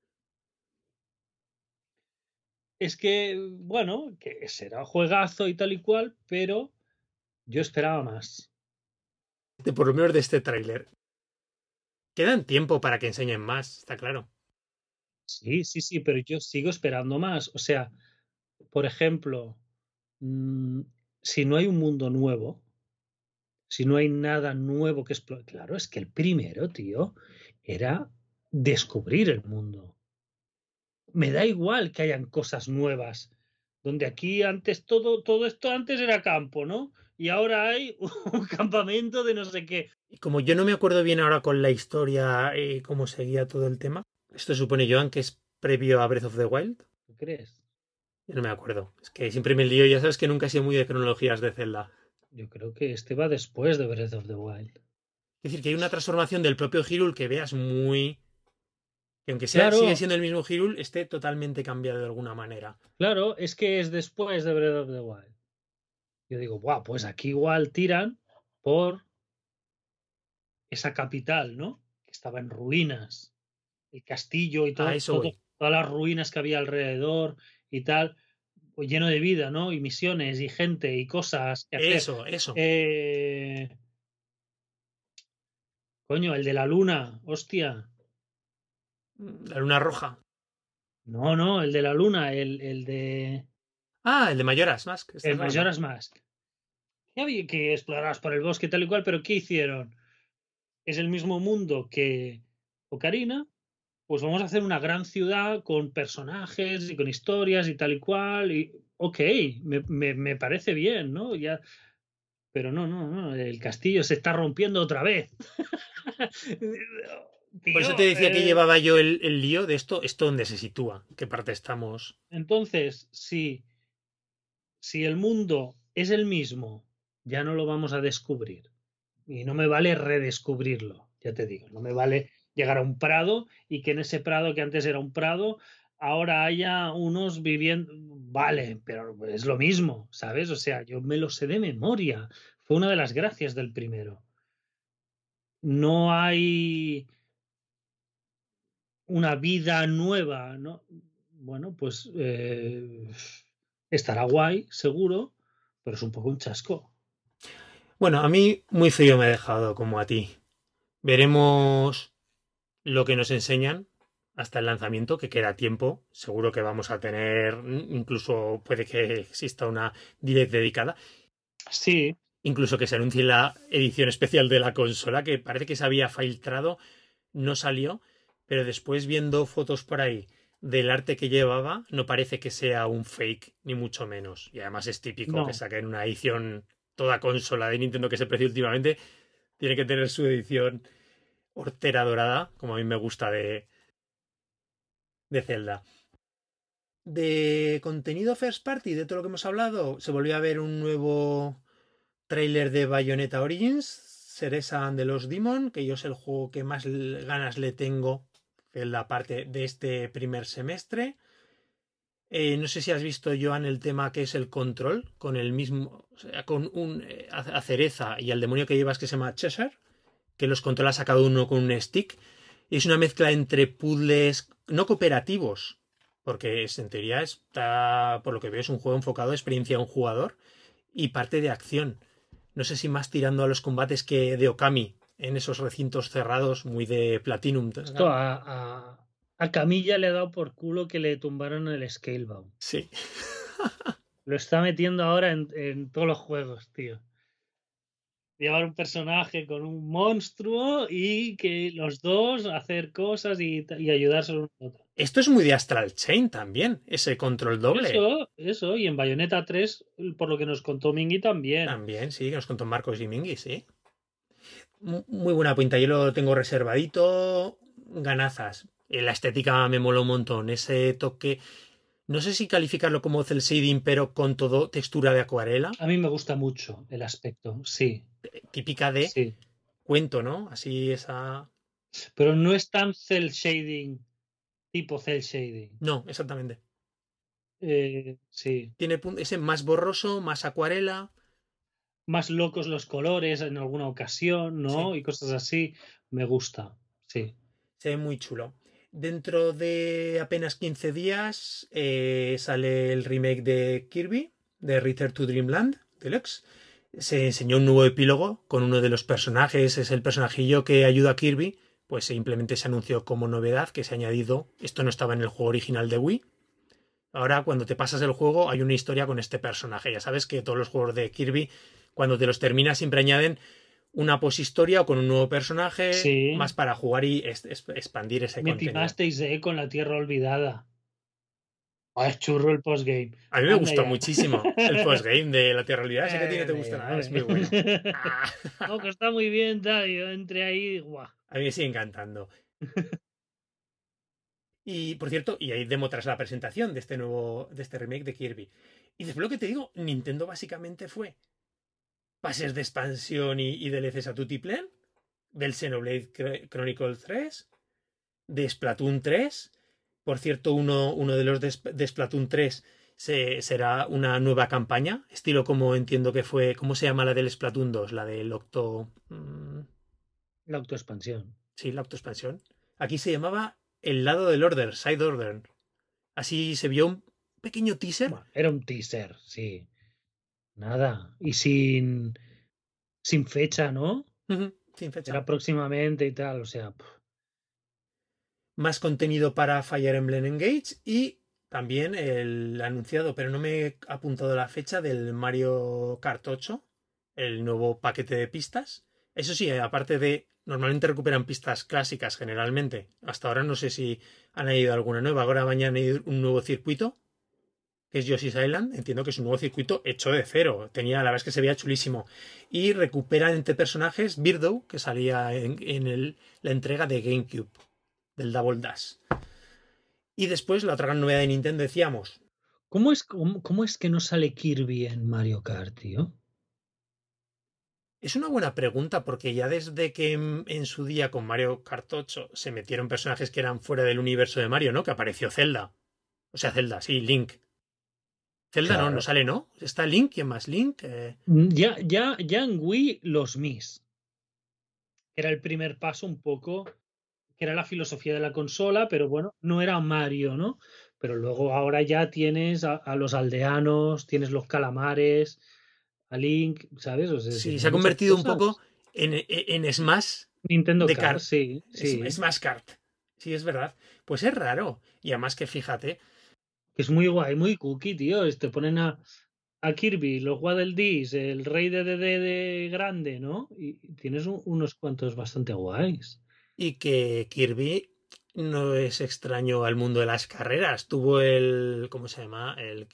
es que, bueno, que será juegazo y tal y cual, pero yo esperaba más. Por lo menos de este tráiler. Quedan tiempo para que enseñen más, está claro. Sí, sí, sí, pero yo sigo esperando más. O sea, por ejemplo, mm, si no hay un mundo nuevo, si no hay nada nuevo que explorar, claro, es que el primero, tío, era descubrir el mundo. Me da igual que hayan cosas nuevas, donde aquí antes todo esto antes era campo, ¿no? Y ahora hay un campamento de no sé qué. Y como yo no me acuerdo bien ahora con la historia y cómo seguía todo el tema, esto supone, Joan, que es previo a Breath of the Wild. ¿Tú crees? Yo no me acuerdo. Es que siempre me lío, ya sabes que nunca he sido muy de cronologías de Zelda. Yo creo que este va después de Breath of the Wild. Es decir, que hay una transformación del propio Hyrule que veas muy. Que aunque sigue Claro, siendo el mismo Hyrule, esté totalmente cambiado de alguna manera. claro, es que es después de Breath of the Wild. Yo digo, guau, pues aquí igual tiran por esa capital, ¿no? Que estaba en ruinas. el castillo y A eso voy. todas las ruinas que había alrededor y tal, pues lleno de vida, ¿no? Y misiones y gente y cosas que hacer. Eso. Coño, el de la luna, hostia. La luna roja. No, el de la luna, el de Ah, el de Majora's Mask, el estás hablando. Majora's Mask. Ya vi que explorabas por el bosque tal y cual, pero ¿qué hicieron? Es el mismo mundo que Ocarina, pues vamos a hacer una gran ciudad con personajes y con historias y tal y cual. Y ok, me parece bien, ¿no? Ya, pero no, el castillo se está rompiendo otra vez. Por eso Tío, te decía que llevaba yo el lío de esto dónde se sitúa, qué parte estamos. entonces, si el mundo es el mismo, ya no lo vamos a descubrir. Y no me vale redescubrirlo, ya te digo, no me vale llegar a un prado y que en ese prado que antes era un prado, ahora haya unos viviendo, vale, pero es lo mismo, ¿sabes? O sea, yo me lo sé de memoria. Fue una de las gracias del primero. No hay una vida nueva, ¿no? Bueno, pues estará guay, seguro, pero es un poco un chasco. Bueno, a mí muy frío me ha dejado como a ti. Veremos lo que nos enseñan hasta el lanzamiento, que queda tiempo. Seguro que vamos a tener, incluso puede que exista una direct dedicada. Sí, Incluso que se anuncie la edición especial de la consola, que parece que se había filtrado, no salió, pero después viendo fotos por ahí del arte que llevaba, no parece que sea un fake, ni mucho menos. Y además es típico que no. saquen una edición, toda consola de Nintendo que se precia últimamente, tiene que tener su edición hortera dorada, como a mí me gusta de Zelda. De contenido first party, de todo lo que hemos hablado, se volvió a ver un nuevo tráiler de Bayonetta Origins, Cereza and the Lost Demon, que yo es el juego que más ganas le tengo en la parte de este primer semestre. No sé si has visto, Joan, el tema que es el control, con el mismo, o sea, con un a Cereza y al demonio que llevas que se llama Cheshire, que los controlas a cada uno con un stick. Y es una mezcla entre puzzles no cooperativos, porque en teoría está, por lo que veo, es un juego enfocado a experiencia de un jugador y parte de acción. No sé si más tirando a los combates que de Okami en esos recintos cerrados muy de Platinum. Esto a Camilla le ha dado por culo que le tumbaron el Scalebound. Sí. Lo está metiendo ahora en todos los juegos, tío. Llevar un personaje con un monstruo y que los dos hacer cosas y ayudarse uno al otro. Esto es muy de Astral Chain también, ese control doble. Eso, y en Bayonetta 3, por lo que nos contó Mingy también. También, sí, que nos contó Marcos y Mingui, sí. Muy buena pinta, yo lo tengo reservadito. Ganazas. La estética me mola un montón. Ese toque. No sé si calificarlo como cel shading, pero con todo textura de acuarela. A mí me gusta mucho el aspecto, sí, Típica de sí. cuento, ¿no? Así esa. Pero no es tan cel shading, tipo cel shading. No, exactamente. Sí. Tiene ese más borroso, más acuarela. Más locos los colores en alguna ocasión, Sí, ¿no? Y cosas así. Me gusta, sí. se ve muy chulo. Dentro de apenas 15 días sale el remake de Kirby, de Return to Dreamland Deluxe. Se enseñó un nuevo epílogo con uno de los personajes, es el personajillo que ayuda a Kirby, pues simplemente se anunció como novedad que se ha añadido, esto no estaba en el juego original de Wii. Ahora cuando te pasas el juego hay una historia con este personaje, ya sabes que todos los juegos de Kirby cuando te los terminas siempre añaden una poshistoria o con un nuevo personaje Sí. más para jugar y expandir ese Me contenido. timasteis, con la Tierra Olvidada. Ah, es churro el postgame. A mí me Anda gustó ya. muchísimo el postgame de la Tierra Olvidada, sé que a ti no te gusta nada, es muy bueno. Ah, No, que está muy bien, tal. Yo entré ahí, guau. a mí me sigue encantando. Y por cierto, y ahí demo tras la presentación de este remake de Kirby. Y después lo que te digo, Nintendo básicamente fue pases de expansión y DLCs a Tutiplen, del Xenoblade Chronicles 3, de Splatoon 3. Por cierto, uno de los de Splatoon 3 será una nueva campaña, estilo como entiendo que fue, ¿cómo se llama la del Splatoon 2? La del Octo... La autoexpansión. sí, la Octo expansión. Aquí se llamaba el lado del Order, Side Order. Así se vio un pequeño teaser. Bueno, era un teaser, sí. Nada. Y sin fecha, ¿no? Sin fecha. Era próximamente y tal, o sea. Más contenido para Fire Emblem Engage y también el anunciado, pero no me he apuntado la fecha, del Mario Kart 8, el nuevo paquete de pistas. Eso sí, aparte de... Normalmente recuperan pistas clásicas generalmente. Hasta ahora no sé si han añadido alguna nueva. Ahora van a añadir un nuevo circuito, que es Yoshi's Island. Entiendo que es un nuevo circuito hecho de cero. La verdad es que se veía chulísimo. Y recuperan entre personajes Birdo, que salía en la entrega de GameCube, del Double Dash. Y después la otra gran novedad de Nintendo, decíamos. ¿Cómo es que no sale Kirby en Mario Kart, tío? Es una buena pregunta, porque ya desde que en su día con Mario Kart 8 se metieron personajes que eran fuera del universo de Mario, ¿no? Que apareció Zelda. O sea, Zelda, sí, Link. Zelda no, no Claro. sale, ¿no? Está Link, ¿quién más? Link. Ya en Wii los Mis. Que era el primer paso un poco, que era la filosofía de la consola, pero bueno, no era Mario, ¿no? Pero luego ahora ya tienes a los aldeanos, tienes los calamares, a Link, ¿sabes? O sea, Sí, tienes se ha muchas convertido un cosas. poco en Smash Nintendo de Kart, kart. sí, sí. Smash Kart. Sí, es verdad. Pues es raro. Y además que fíjate, Que es muy guay, muy cookie, tío. Te ponen a Kirby, los Waddle Dees, el rey de grande, ¿no? Y tienes unos cuantos bastante guays. y que Kirby no es extraño al mundo de las carreras. Tuvo el... ¿Cómo se llama?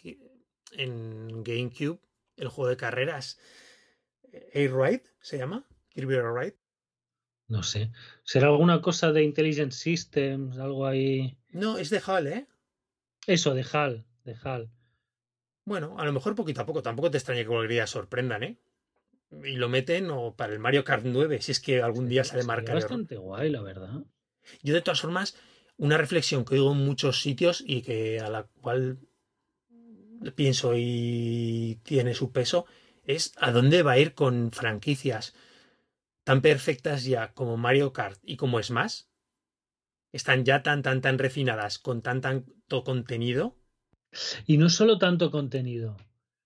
En GameCube, el juego de carreras. Air Ride se llama. Kirby Air Ride. No sé. ¿Será alguna cosa de Intelligent Systems? Algo ahí. No, es de HAL, ¿eh? Eso, de HAL, de HAL. Bueno, a lo mejor poquito a poco. Tampoco te extrañe que cualquier día sorprendan, ¿eh? Y lo meten o para el Mario Kart 9, si es que algún día sale Sería marca de error. bastante guay, la verdad. Yo, de todas formas, una reflexión que oigo en muchos sitios y que a la cual pienso y tiene su peso es a dónde va a ir con franquicias tan perfectas ya como Mario Kart y como Smash. Están ya tan refinadas con tanto contenido. Y no solo tanto contenido,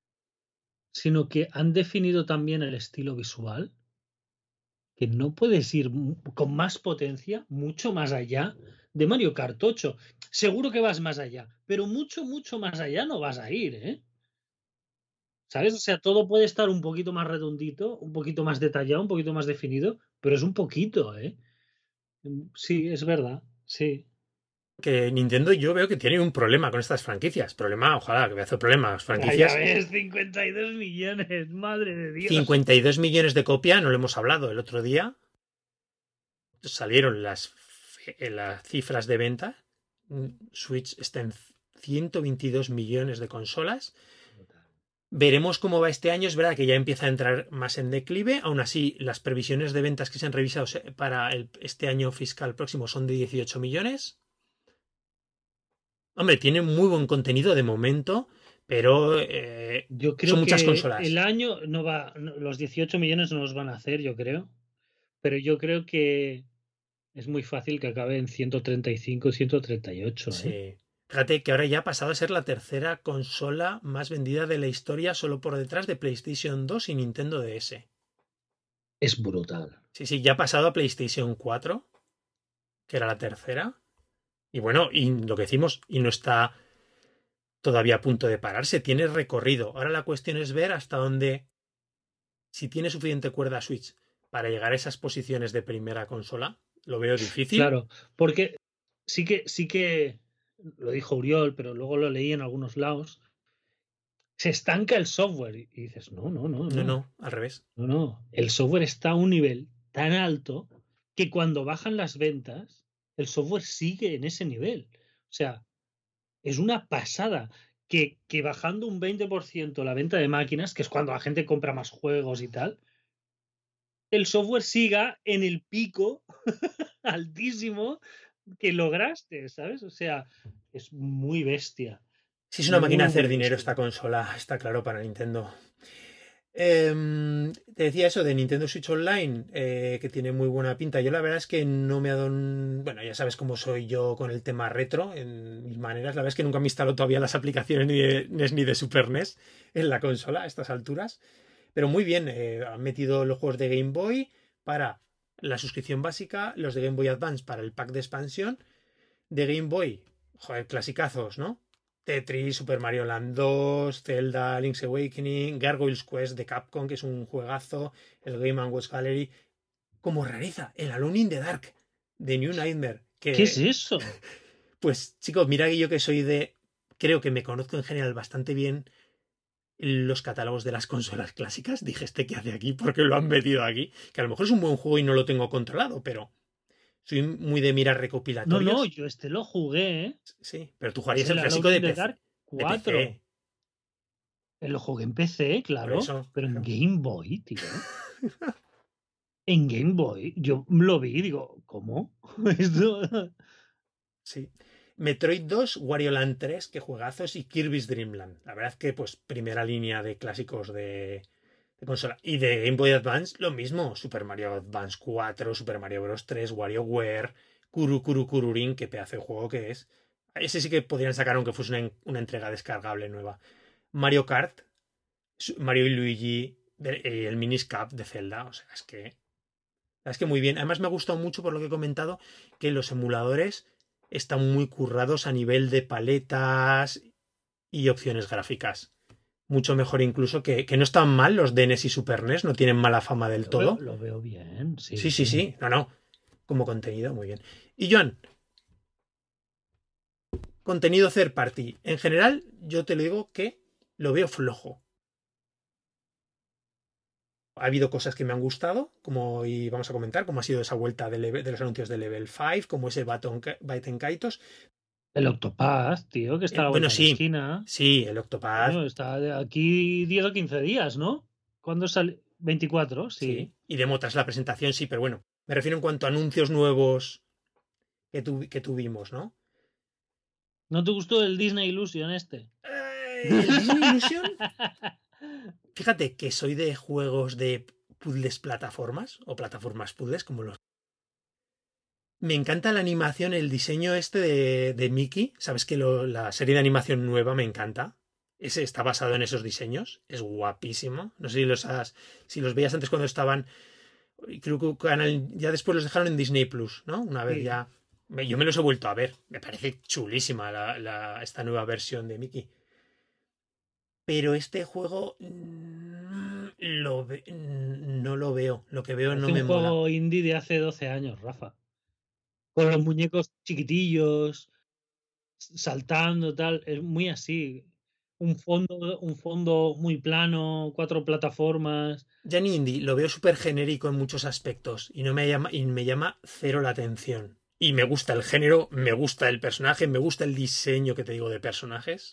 sino que han definido también el estilo visual, que no puedes ir con más potencia, mucho más allá de Mario Kart 8. Seguro que vas más allá, pero mucho más allá no vas a ir, ¿eh? ¿Sabes? O sea, todo puede estar un poquito más redondito, un poquito más detallado, un poquito más definido, pero es un poquito, ¿eh? Sí, es verdad, sí. Que Nintendo, yo veo que tiene un problema con estas franquicias. Problema, ojalá que me hace problemas. Ya Franquicias, ves, 52 millones, madre de Dios. 52 millones de copias, no lo hemos hablado el otro día. Salieron las cifras de venta. Switch está en 122 millones de consolas. Veremos cómo va este año. Es verdad que ya empieza a entrar más en declive. Aún así, las previsiones de ventas que se han revisado para este año fiscal próximo son de 18 millones. Hombre, tiene muy buen contenido de momento, pero Yo son creo muchas que el consolas. año no va, los 18 millones no los van a hacer, yo creo, pero yo creo que es muy fácil que acabe en 135, 138, ¿eh? Sí. Fíjate que ahora ya ha pasado a ser la tercera consola más vendida de la historia, solo por detrás de PlayStation 2 y Nintendo DS. Es brutal. Sí, sí, ya ha pasado a PlayStation 4, que era la tercera. Y bueno, y lo que decimos, y no está todavía a punto de pararse, tiene recorrido. Ahora la cuestión es ver hasta dónde, si tiene suficiente cuerda Switch para llegar a esas posiciones de primera consola. Lo veo difícil. Claro, porque sí que lo dijo Uriol, pero luego lo leí en algunos lados, se estanca el software y dices, No, no, al revés. no, el software está a un nivel tan alto que cuando bajan las ventas, el software sigue en ese nivel. O sea, es una pasada que bajando un 20% la venta de máquinas, que es cuando la gente compra más juegos y tal, el software siga en el pico altísimo que lograste, ¿sabes? O sea, es muy bestia. Si es una máquina Muy, de hacer muy dinero bestia. esta consola, está claro para Nintendo. Te decía eso de Nintendo Switch Online, que tiene muy buena pinta. Yo la verdad es que no me ha dado Bueno, ya sabes cómo soy yo con el tema retro, en mis maneras. La verdad es que nunca me instaló todavía las aplicaciones ni de NES ni de Super NES en la consola a estas alturas. Pero muy bien, han metido los juegos de Game Boy para la suscripción básica, los de Game Boy Advance para el pack de expansión, de Game Boy, joder, clasicazos, ¿no? Tetris, Super Mario Land 2, Zelda, Link's Awakening, Gargoyle's Quest de Capcom, que es un juegazo, el Game Watch Gallery. Como rareza, el Alone in the Dark de New Nightmare. ¿Qué es Que, eso? pues, chicos, mira que yo que soy de. Creo que me conozco en general bastante bien los catálogos de las consolas clásicas. Dije, ¿qué hace aquí? ¿Por qué lo han metido aquí? Que a lo mejor es un buen juego y no lo tengo controlado, pero soy muy de mirar No, recopilatorios. yo lo jugué, ¿eh? Sí, pero tú Es jugarías el el clásico Alone de in the PC. Dark De 4. PC, Lo jugué en PC, por claro, eso. pero en Claro. Game Boy, tío. En Game Boy, yo lo vi y digo, ¿cómo? Esto... Sí. Metroid 2, Wario Land 3, que juegazos, y Kirby's Dream Land. La verdad que, pues, primera línea de clásicos de consola. Y de Game Boy Advance, lo mismo. Super Mario Advance 4, Super Mario Bros. 3, WarioWare, Kuru Kuru Kururin, qué pedazo de juego que es. Ese sí que podrían sacar aunque fuese una entrega descargable nueva. Mario Kart, Mario y Luigi, el Miniscap de Zelda. O sea, es que muy bien. Además me ha gustado mucho por lo que he comentado que los emuladores están muy currados a nivel de paletas y opciones gráficas. Mucho mejor incluso que no están mal los de NES y Super NES, no tienen mala fama del todo. Lo veo bien, Sí, sí, sí. sí. No, no. Como contenido, muy bien. Y Joan, contenido third party. En general, yo te lo digo que lo veo flojo. Ha habido cosas que me han gustado, como y vamos a comentar, como ha sido esa vuelta de los anuncios de Level 5, como ese Baten Kaitos. El Octopath, tío, que está a la Bueno, vuelta de la sí, esquina. sí, el Octopath, Coño, está de aquí 10 o 15 días, ¿no? ¿Cuándo sale? 24, sí. sí. Y demo tras la presentación, sí, pero bueno, me refiero en cuanto a anuncios nuevos que tuvimos, ¿no? ¿No te gustó el Disney Illusion este? El Disney Illusion, fíjate que soy de juegos de puzzles plataformas o plataformas puzzles, como los. Me encanta la animación, el diseño este de Mickey. Sabes que la serie de animación nueva me encanta. Ese está basado en esos diseños. Es guapísimo. No sé si los veías antes cuando estaban. Creo que ya después los dejaron en Disney Plus, ¿no? Una vez Sí. ya. Yo me los he vuelto a ver. Me parece chulísima esta nueva versión de Mickey. Pero este juego no lo veo. Lo que veo no Parece un me mola. juego indie de hace 12 años, Rafa. Con los muñecos chiquitillos, saltando, tal. Es muy así. Un fondo muy plano, 4 plataformas. Gianni Indie lo veo súper genérico en muchos aspectos y me llama cero la atención. Y me gusta el género, me gusta el personaje, me gusta el diseño que te digo de personajes.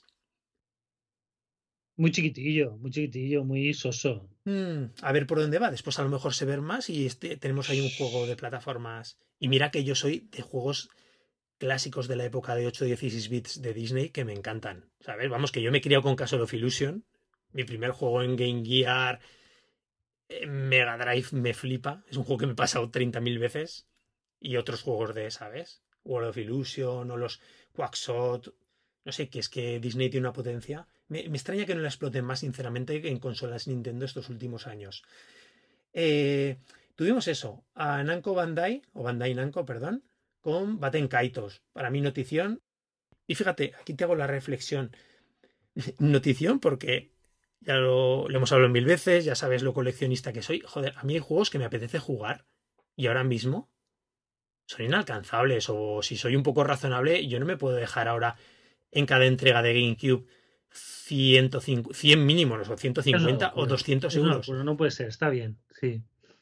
Muy chiquitillo, muy soso. A ver por dónde va. Después a lo mejor se ver más y tenemos ahí un juego de plataformas. Y mira que yo soy de juegos clásicos de la época de 8-16 bits de Disney que me encantan. ¿Sabes? Vamos, que yo me he criado con Castle of Illusion. Mi primer juego en Game Gear, Mega Drive me flipa. Es un juego que me he pasado 30.000 veces. Y otros juegos de, ¿sabes? World of Illusion o los Quackshot. No sé, que es que Disney tiene una potencia. Me extraña que no la exploten más, sinceramente, en consolas Nintendo estos últimos años. Tuvimos eso, a Namco Bandai, o Bandai Namco, perdón, con Baten Kaitos. Para mí, notición. Y fíjate, aquí te hago la reflexión. Notición porque ya lo hemos hablado mil veces, ya sabes lo coleccionista que soy. Joder, a mí hay juegos que me apetece jugar y ahora mismo son inalcanzables. O si soy un poco razonable, yo no me puedo dejar ahora en cada entrega de GameCube 100 mínimos, o Es una 150 o locura. 200 Es una euros. locura, no puede ser, está bien, sí.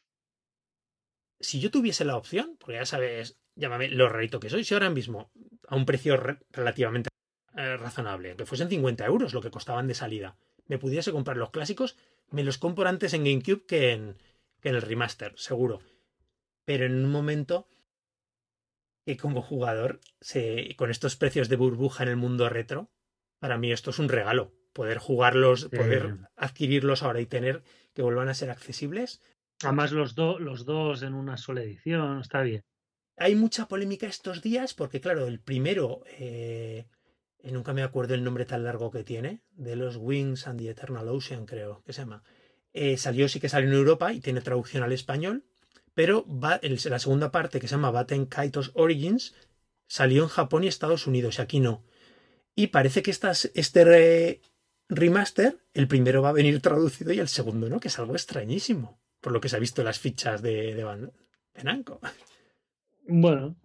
Si yo tuviese la opción, porque ya sabes, llámame lo rarito que soy, si ahora mismo a un precio relativamente razonable, que fuesen 50 euros lo que costaban de salida, me pudiese comprar los clásicos, me los compro antes en GameCube que en el remaster, seguro. Pero en un momento que como jugador, con estos precios de burbuja en el mundo retro, para mí esto es un regalo. poder jugarlos, poder adquirirlos ahora y tener que vuelvan a ser accesibles. Además, los dos en una sola edición, está bien. Hay mucha polémica estos días porque, claro, el primero, nunca me acuerdo el nombre tan largo que tiene, de los Wings and the Eternal Ocean, creo que se llama. Sí que salió en Europa y tiene traducción al español, pero la segunda parte, que se llama Baten Kaitos Origins, salió en Japón y Estados Unidos, y aquí no. Y parece que este remaster, el primero va a venir traducido y el segundo no, que es algo extrañísimo, por lo que se ha visto en las fichas de Namco. Bueno.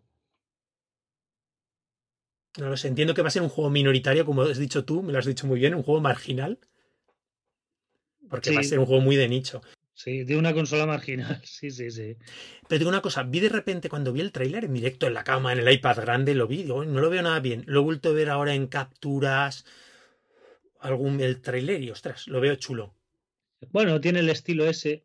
No lo sé, entiendo que va a ser un juego minoritario, como has dicho tú, me lo has dicho muy bien, un juego marginal, porque va a ser un juego muy de nicho. Sí, de una consola marginal, sí. Pero digo una cosa, vi de repente cuando vi el tráiler en directo en la cama, en el iPad grande, lo vi, digo, no lo veo nada bien. Lo he vuelto a ver ahora en capturas, el tráiler y ostras, lo veo chulo. Bueno, tiene el estilo ese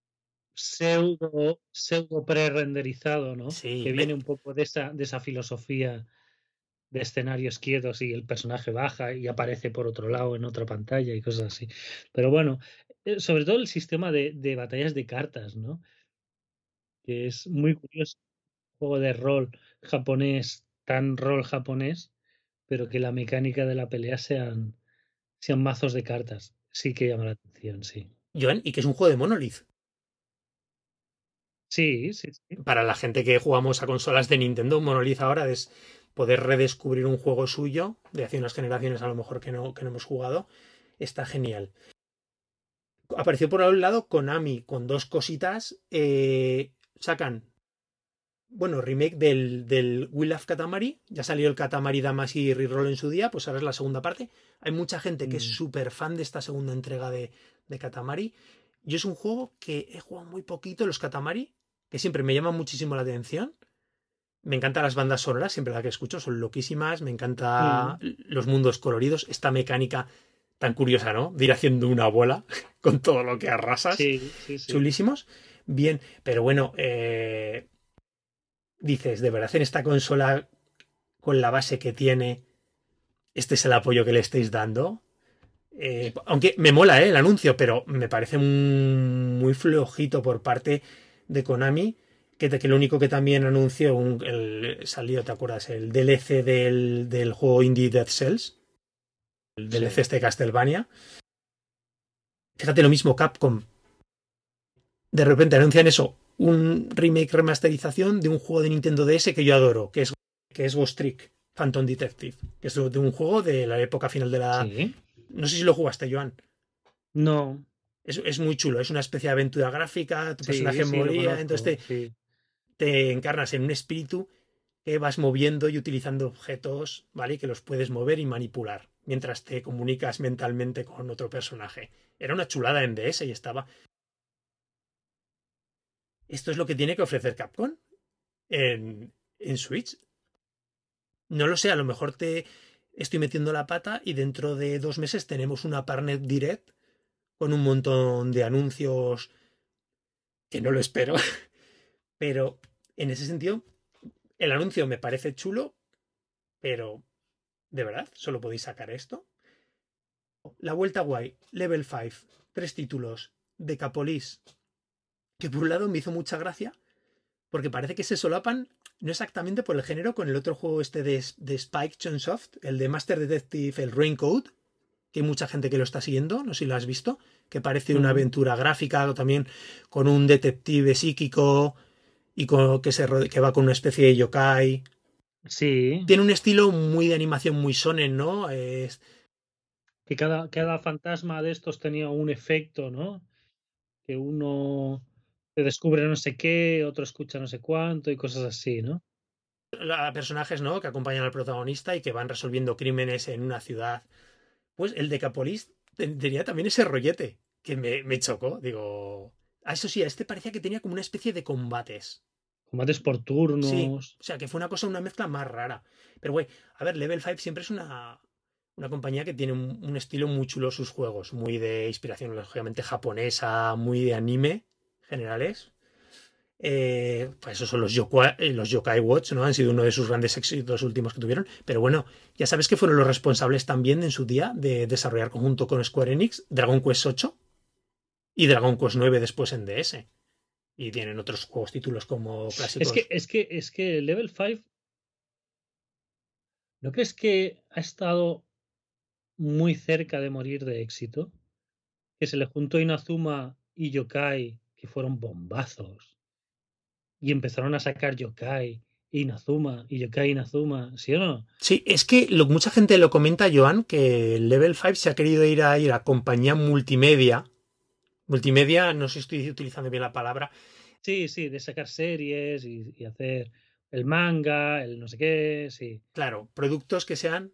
pseudo pre-renderizado, ¿no? Sí, que viene un poco de esa filosofía de escenarios quietos y el personaje baja y aparece por otro lado en otra pantalla y cosas así. Pero bueno, sobre todo el sistema de batallas de cartas, ¿no? Que es muy curioso. Un juego de rol japonés, tan rol japonés, pero que la mecánica de la pelea sean mazos de cartas. Sí que llama la atención, sí. Joan, y que es un juego de Monolith. Sí. Para la gente que jugamos a consolas de Nintendo, Monolith ahora es poder redescubrir un juego suyo de hace unas generaciones a lo mejor que no hemos jugado. Está genial. Apareció por un lado Konami con dos cositas. Sacan, bueno, remake del Will of Katamari. Ya salió el Katamari Damacy Reroll en su día, pues ahora es la segunda parte. Hay mucha gente que es súper fan de esta segunda entrega de Katamari. Yo es un juego que he jugado muy poquito, los Katamari, que siempre me llaman muchísimo la atención. Me encantan las bandas sonoras, siempre las que escucho son loquísimas. Me encantan los mundos coloridos, esta mecánica tan curiosa, ¿no? De ir haciendo una bola con todo lo que arrasas. Sí. Chulísimos. Bien, pero bueno, dices, ¿de verdad en esta consola, con la base que tiene, este es el apoyo que le estáis dando? Aunque me mola, el anuncio, pero me parece muy flojito por parte de Konami. Que lo único que también anunció salió, ¿te acuerdas? El DLC del juego indie Dead Cells. El DLC de Castlevania. Fíjate, lo mismo Capcom. De repente anuncian eso, un remake remasterización de un juego de Nintendo DS que yo adoro, que es Ghost Trick Phantom Detective, que es de un juego de la época final de la... Sí. No sé si lo jugaste, Joan. No. Es muy chulo, es una especie de aventura gráfica, tu personaje moría, entonces te encarnas en un espíritu que vas moviendo y utilizando objetos, ¿vale? Que los puedes mover y manipular mientras te comunicas mentalmente con otro personaje. Era una chulada en DS y estaba... Esto es lo que tiene que ofrecer Capcom en Switch. No lo sé, a lo mejor te estoy metiendo la pata y dentro de 2 meses tenemos una Partner Direct con un montón de anuncios que no lo espero. Pero en ese sentido, el anuncio me parece chulo, pero ¿de verdad solo podéis sacar esto? La vuelta guay, Level 5, 3 títulos, Decapolis, que por un lado me hizo mucha gracia, porque parece que se solapan no exactamente por el género con el otro juego este de Spike Chunsoft, el de Master Detective, el Raincoat, que hay mucha gente que lo está siguiendo, no sé si lo has visto, que parece una aventura gráfica, también con un detective psíquico y que va con una especie de yokai. Sí. Tiene un estilo muy de animación muy sonen, ¿no? Que cada fantasma de estos tenía un efecto, ¿no? Que uno te descubre no sé qué, otro escucha no sé cuánto y cosas así, ¿no? Personajes, ¿no? Que acompañan al protagonista y que van resolviendo crímenes en una ciudad. Pues el Decapolis tenía también ese rollete que me chocó. Digo. Eso sí, este parecía que tenía como una especie de combates. Combates por Sí, turnos. o sea, que fue una mezcla más rara. Pero, güey, a ver, Level 5 siempre es una compañía que tiene un estilo muy chulo sus juegos. Muy de inspiración, lógicamente, japonesa, muy de anime, generales. Pues esos son los Yokai Watch, ¿no? Han sido uno de sus grandes éxitos últimos que tuvieron. Pero bueno, ya sabes que fueron los responsables también en su día de desarrollar conjunto con Square Enix Dragon Quest 8 y Dragon Quest 9 después en DS. Y tienen otros juegos títulos como clásicos. Es que Level 5, ¿no crees que ha estado muy cerca de morir de éxito? Que se le juntó Inazuma y Yokai, que fueron bombazos. Y empezaron a sacar Yokai, Inazuma, y Yokai Inazuma, ¿sí o no? Sí, es que mucha gente lo comenta, Joan, que el Level 5 se ha querido ir a compañía multimedia. Multimedia, no sé si estoy utilizando bien la palabra. Sí, de sacar series y hacer el manga, el no sé qué, sí. Claro, productos que sean,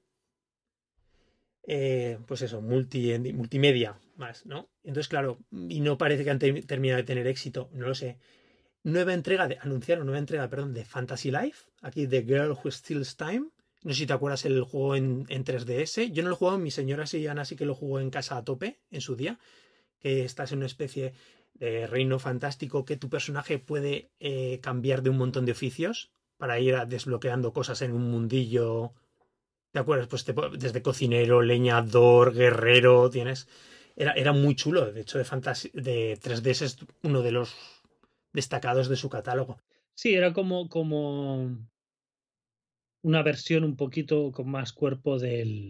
pues eso, multimedia más, ¿no? Entonces, claro, y no parece que han terminado de tener éxito, no lo sé. Anunciaron nueva entrega, perdón, de Fantasy Life, aquí The Girl Who Steals Time. No sé si te acuerdas el juego en 3DS. Yo no lo he jugado, mi señora sí, Ana sí que lo jugó en casa a tope en su día, que estás en una especie de reino fantástico que tu personaje puede cambiar de un montón de oficios para ir desbloqueando cosas en un mundillo. ¿Te acuerdas? Pues desde cocinero, leñador, guerrero, tienes. Era muy chulo. De hecho, de 3DS es uno de los destacados de su catálogo. Sí, era como una versión un poquito con más cuerpo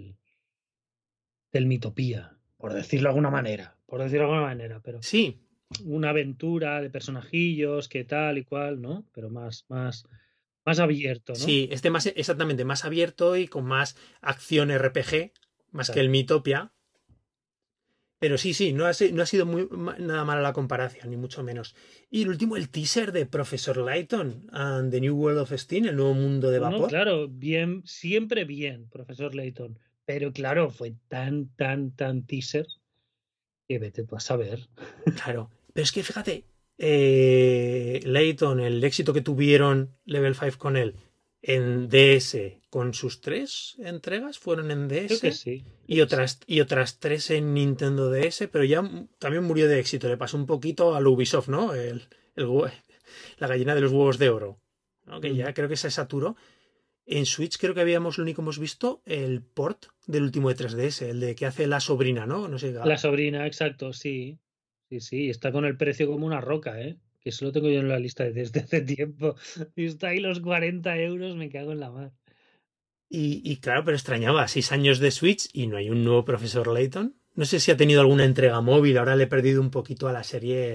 del Mitopía, por decirlo de alguna manera. Por decirlo de alguna manera, pero Sí, una aventura de personajillos, que tal y cual, ¿no? Pero más abierto, ¿no? sí, exactamente más abierto y con más acción RPG, más que Claro. el Mitopia. Pero sí, no ha sido nada mala la comparación, ni mucho menos. Y el último, el teaser de Professor Layton and the New World of Steam, el nuevo mundo de No, vapor. claro, bien, siempre bien, profesor Layton. Pero claro, fue tan teaser que vete tú a saber. Claro. Pero es que fíjate, Layton, el éxito que tuvieron Level 5 con él en DS, con sus 3 entregas, fueron en Creo que DS sí, creo y que sí. otras 3 en Nintendo DS, pero ya también murió de éxito. Le pasó un poquito a Ubisoft, ¿no? La gallina de los huevos de oro, ¿no? Que Mm. ya creo que se saturó. En Switch creo que habíamos, lo único que hemos visto, el port del último de 3DS, el de que hace la sobrina, ¿no? No sé. La sobrina, exacto, sí. Sí, está con el precio como una roca, ¿eh? Que eso lo tengo yo en la lista desde hace tiempo. Y está ahí los 40 euros, me cago en la mar. Y claro, pero extrañaba 6 años de Switch y no hay un nuevo profesor Layton. No sé si ha tenido alguna entrega móvil, ahora le he perdido un poquito a la serie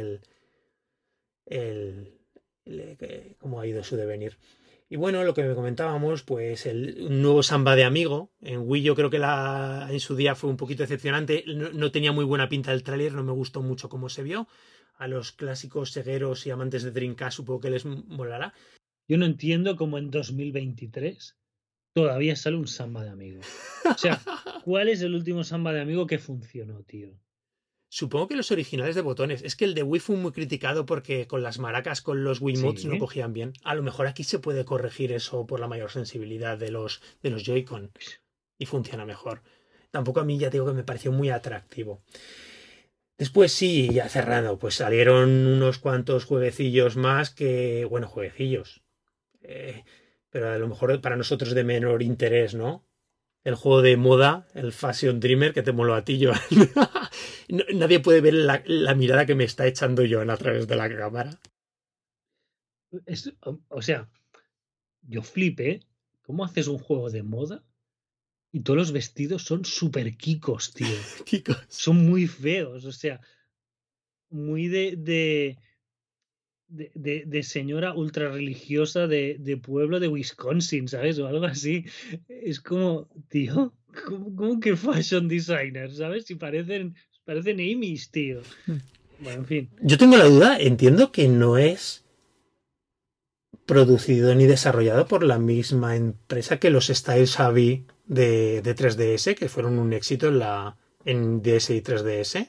el, cómo ha ido su devenir. Y bueno, lo que me comentábamos, pues un nuevo Samba de Amigo. En Wii yo creo que en su día fue un poquito decepcionante. No tenía muy buena pinta el tráiler, no me gustó mucho cómo se vio. A los clásicos segueros y amantes de Dreamcast supongo que les molará. Yo no entiendo cómo en 2023 todavía sale un samba de amigo. O sea, ¿cuál es el último samba de amigo que funcionó, tío? Supongo que los originales de botones. Es que el de Wii fue muy criticado porque con las maracas, con los Wiimotes no Sí. cogían bien. A lo mejor aquí se puede corregir eso por la mayor sensibilidad de los Joy-Con y funciona mejor. Tampoco a mí ya digo que me pareció muy atractivo. Después sí, ya cerrado, pues salieron unos cuantos jueguecillos más que, bueno, jueguecillos. eh, pero a lo mejor para nosotros de menor interés, ¿no? El juego de moda, el Fashion Dreamer, que te moló a ti, Joan. Nadie puede ver la mirada que me está echando Joan a través de la cámara. O sea, yo flipé. ¿Cómo haces un juego de moda y todos los vestidos son súper kikos, tío? Chicos. Son muy feos, o sea, muy de señora ultra religiosa de pueblo de Wisconsin, ¿sabes? O algo así. Es como, tío, ¿cómo que fashion designer, ¿sabes? Si parecen Amy's, tío. Bueno, en fin. Yo tengo la duda, entiendo que no es producido ni desarrollado por la misma empresa que los Style Savvy de 3DS, que fueron un éxito en DS y 3DS.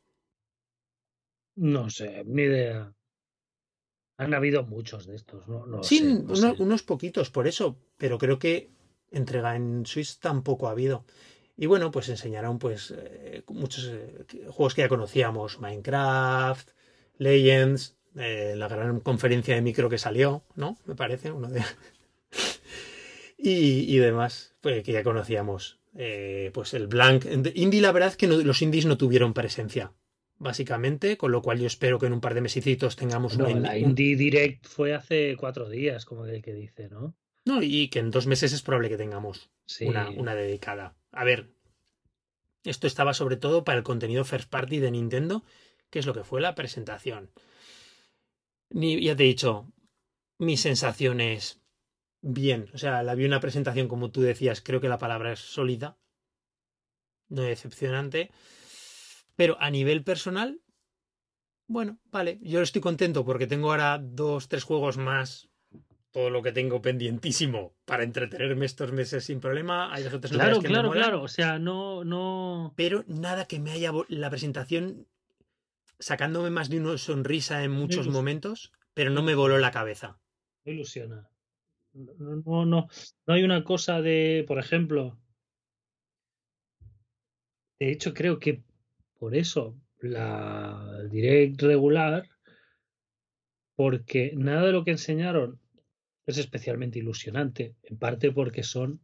No sé, ni idea. Han habido muchos de estos, no Sí, sé, no sé. unos poquitos por eso, pero creo que entrega en Switch tampoco ha habido. Y bueno, pues enseñaron muchos juegos que ya conocíamos, Minecraft, Legends, la gran conferencia de micro que salió, ¿no? Me parece, uno de... y demás, pues que ya conocíamos. Pues el Blank. Indie, la verdad es que los indies no tuvieron presencia, básicamente, con lo cual yo espero que en un par de mesecitos tengamos la Indie Direct fue hace 4 días, como el que dice, ¿no? No, y que en 2 meses es probable que tengamos Sí. una dedicada. A ver, esto estaba sobre todo para el contenido first party de Nintendo, que es lo que fue la presentación. Ya te he dicho, mis sensaciones, bien. O sea, la vi una presentación, como tú decías, creo que la palabra es sólida, no decepcionante. Pero a nivel personal, bueno, vale, yo estoy contento porque tengo ahora 2, 3 juegos más. Todo lo que tengo pendientísimo para entretenerme estos meses sin problema. Hay 2 o 3 novedades que me molan. Claro. O sea, no. Pero nada que me haya la presentación sacándome más de una sonrisa en muchos momentos, pero no me voló la cabeza. Me ilusiona. No hay una cosa de, por ejemplo, de hecho creo que por eso la Direct regular, porque nada de lo que enseñaron es especialmente ilusionante, en parte porque son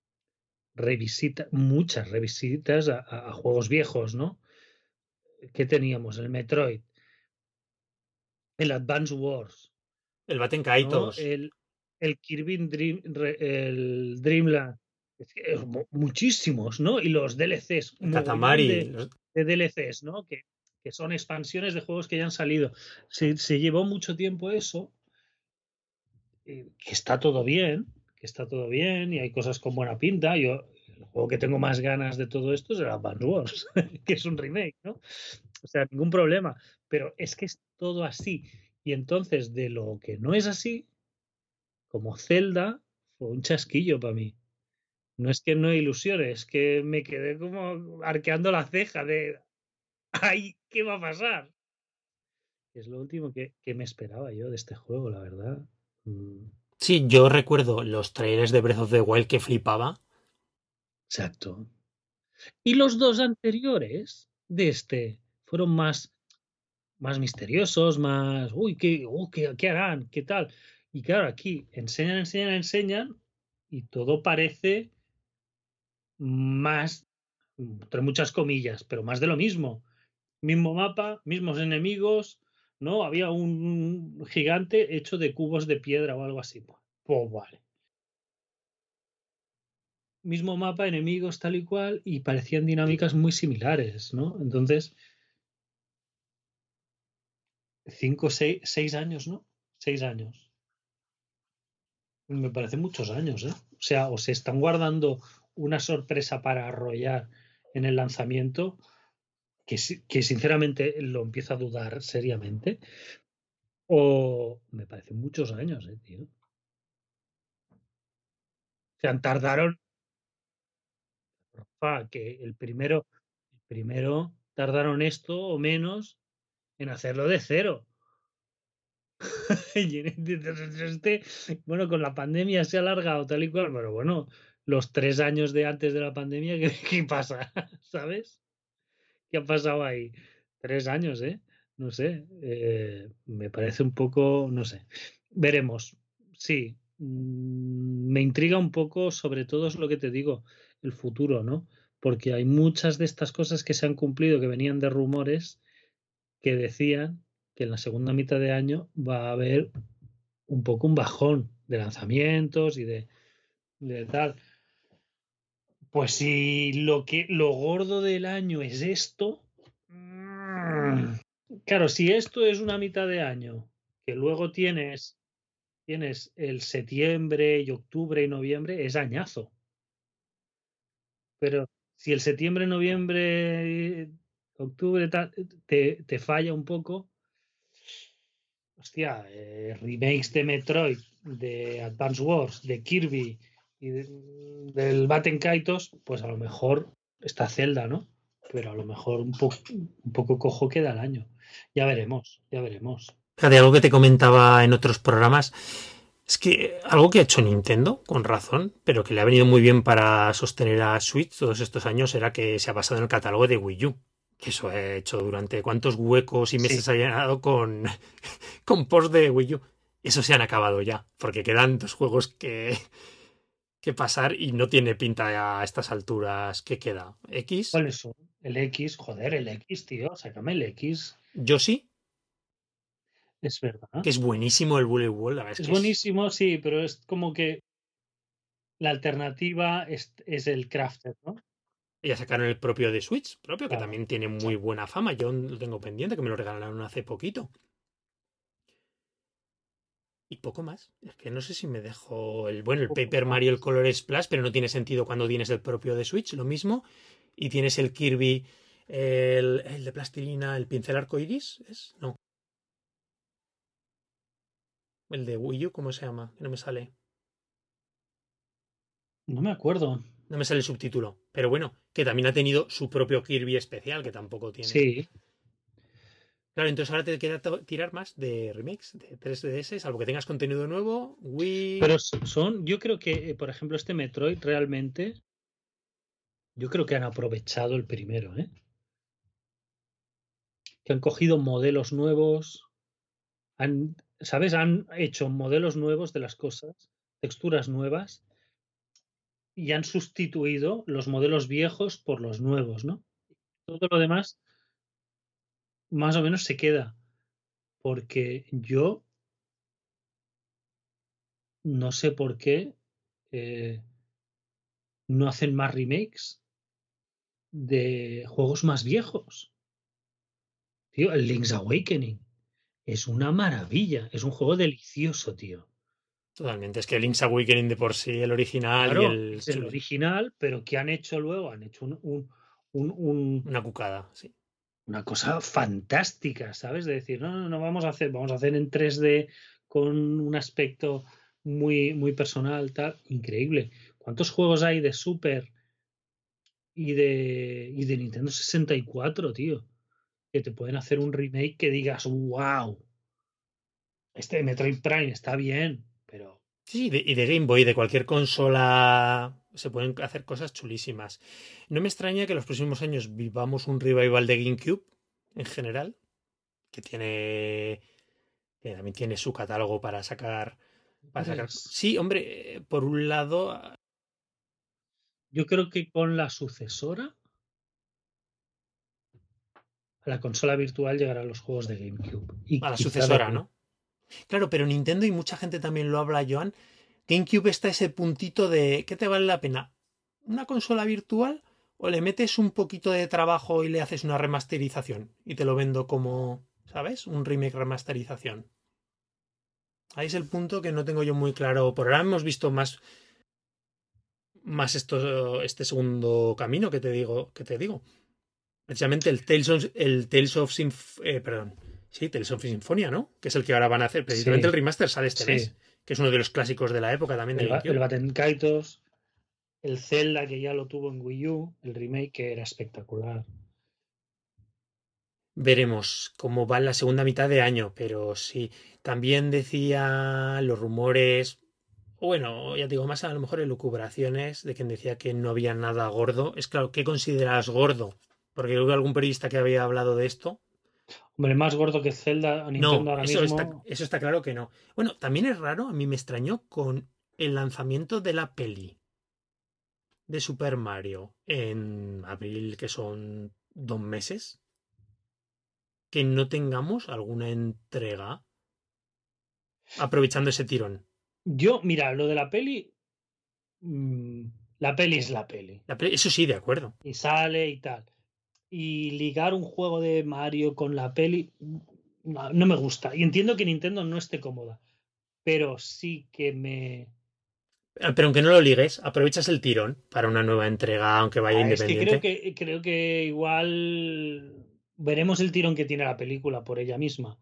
muchas revisitas a juegos viejos, ¿no? ¿Qué teníamos? El Metroid, el Advance Wars, El Baten ¿no? Kaitos. El Kirby el Dreamland. Muchísimos, ¿no? Y los DLCs, Katamari. de DLCs, ¿no? Que son expansiones de juegos que ya han salido. Se llevó mucho tiempo eso, que está todo bien, y hay cosas con buena pinta. El juego que tengo más ganas de todo esto es el Advance Wars, que es un remake, ¿no? O sea, ningún problema. Pero es que es todo así. Y entonces, de lo que no es así, como Zelda, fue un chasquillo para mí. No es que no ilusiones, es que me quedé como arqueando la ceja de ¡ay! ¿Qué va a pasar? Es lo último que me esperaba yo de este juego, la verdad. Sí, yo recuerdo los trailers de Breath of the Wild que flipaba. Exacto. Y los 2 anteriores de este fueron más misteriosos, más uy, ¿qué harán? ¿Qué tal? Y claro, aquí enseñan y todo parece más, entre muchas comillas, pero más de lo mismo. Mismo mapa, mismos enemigos, ¿no? Había un gigante hecho de cubos de piedra o algo así. Pues vale. Mismo mapa, enemigos tal y cual, y parecían dinámicas muy similares, ¿no? Entonces, 5, 6 años, ¿no? 6 años. Me parecen muchos años, ¿eh? O sea, o se están guardando una sorpresa para arrollar en el lanzamiento, que sinceramente lo empiezo a dudar seriamente, o me parecen muchos años, tío. O sea, tardaron, que el primero tardaron esto o menos en hacerlo de cero. Bueno, con la pandemia se ha alargado tal y cual, pero bueno, los 3 años de antes de la pandemia, ¿qué pasa? ¿Sabes? ¿Qué ha pasado ahí? 3 años, ¿eh? No sé, me parece un poco, no sé. Veremos. Sí, me intriga un poco, sobre todo es lo que te digo, el futuro, ¿no? Porque hay muchas de estas cosas que se han cumplido, que venían de rumores, que decían que en la segunda mitad de año va a haber un poco un bajón de lanzamientos y de tal. Pues si lo gordo del año es esto, claro, si esto es una mitad de año, que luego tienes el septiembre y octubre y noviembre, es añazo. Pero si el septiembre, noviembre, octubre te falla un poco, hostia, remakes de Metroid, de Advance Wars, de Kirby y del Baten Kaitos, pues a lo mejor está Zelda, ¿no? Pero a lo mejor un poco cojo queda el año. Ya veremos, ya veremos. De algo que te comentaba en otros programas, es que algo que ha hecho Nintendo, con razón, pero que le ha venido muy bien para sostener a Switch todos estos años, era que se ha basado en el catálogo de Wii U. Que eso he hecho durante cuántos huecos y Sí, meses ha llenado con posts de Wii U. Eso se han acabado ya, porque quedan 2 juegos que pasar y no tiene pinta a estas alturas que queda. X, ¿cuáles son? El X, joder, el X, tío, sácame el X. Yoshi, Es verdad. que es buenísimo el Bullet Wall, la verdad es Es que es. buenísimo, sí, pero es como que la alternativa es el Crafter, ¿no? Ya sacaron el propio de Switch, propio, que Claro. también tiene muy buena fama. Yo lo tengo pendiente, que me lo regalaron hace poquito. Y poco más. Es que no sé si me dejo el. Bueno, el Poco Paper Mario, el más. Color Splash, pero no tiene sentido cuando tienes el propio de Switch, lo mismo. Y tienes el Kirby, el de plastilina, el pincel arcoiris. ¿Es? No. El de Wii U, ¿cómo se llama? Que no me sale. No me acuerdo. No me sale el subtítulo. Pero bueno, que también ha tenido su propio Kirby especial, que tampoco tiene. Sí, Claro, entonces ahora te queda tirar más de remakes de 3DS, salvo que tengas contenido nuevo. Wii. pero son, yo creo que, por ejemplo, este Metroid realmente, yo creo que han aprovechado el primero, ¿eh? Que han cogido modelos nuevos, ¿sabes? Han hecho modelos nuevos de las cosas, texturas nuevas, y han sustituido los modelos viejos por los nuevos, ¿no? Todo lo demás más o menos se queda, porque yo no sé por qué eh, no hacen más remakes de juegos más viejos. Tío, el Link's Awakening es una maravilla, es un juego delicioso, tío. Totalmente. Es que Link's Awakening de por sí, el original y Claro, el es el original, pero ¿qué han hecho luego? Han hecho una cucada, sí. una cosa fantástica, ¿sabes? De decir, no, no, no vamos a hacer en 3D con un aspecto muy, muy personal, tal, increíble. ¿Cuántos juegos hay de Super y de Nintendo 64, tío? Que te pueden hacer un remake que digas, wow, este Metroid Prime está bien, pero Sí, y de Game Boy, de cualquier consola, se pueden hacer cosas chulísimas. No me extraña que en los próximos años vivamos un revival de GameCube en general, que tiene, que también tiene su catálogo para sacar, para sacar. ¿crees? Sí, hombre, por un lado, Yo creo que con la sucesora, a la consola virtual llegarán los juegos de GameCube y a la quizá de sucesora, Wii. ¿no? Claro, pero Nintendo y mucha gente también lo habla, Joan. GameCube está ese puntito de ¿qué te vale la pena? ¿Una consola virtual o le metes un poquito de trabajo y le haces una remasterización y te lo vendo como, ¿sabes? Un remake remasterización. Ahí es el punto que no tengo yo muy claro. Por ahora hemos visto más este segundo camino que te digo. Precisamente perdón. Sí, Tales of Symphonia, ¿no? Que es el que ahora van a hacer. Precisamente el Sí, remaster sale este sí. mes, que es uno de los clásicos de la época también de El GameCube. Baten Kaitos, el Zelda que ya lo tuvo en Wii U, el remake que era espectacular. Veremos cómo va en la segunda mitad de año, pero sí, también decía los rumores, bueno, ya digo, más a lo mejor elucubraciones de quien decía que no había nada gordo. Es claro, ¿qué consideras gordo? Porque hubo algún periodista que había hablado de esto. Hombre, más gordo que Zelda a Nintendo No, ahora mismo. eso está claro que no. Bueno, también es raro, a mí me extrañó con el lanzamiento de la peli de Super Mario en abril, que son 2 meses, que no tengamos alguna entrega aprovechando ese tirón. Yo, mira, lo de la peli, mm, la peli es la peli. Eso sí, de acuerdo. Y sale y tal. Y ligar un juego de Mario con la peli, no, no me gusta. Y entiendo que Nintendo no esté cómoda, pero sí que me... Pero aunque no lo ligues, aprovechas el tirón para una nueva entrega, aunque vaya Es que independiente. creo que igual veremos el tirón que tiene la película por ella misma.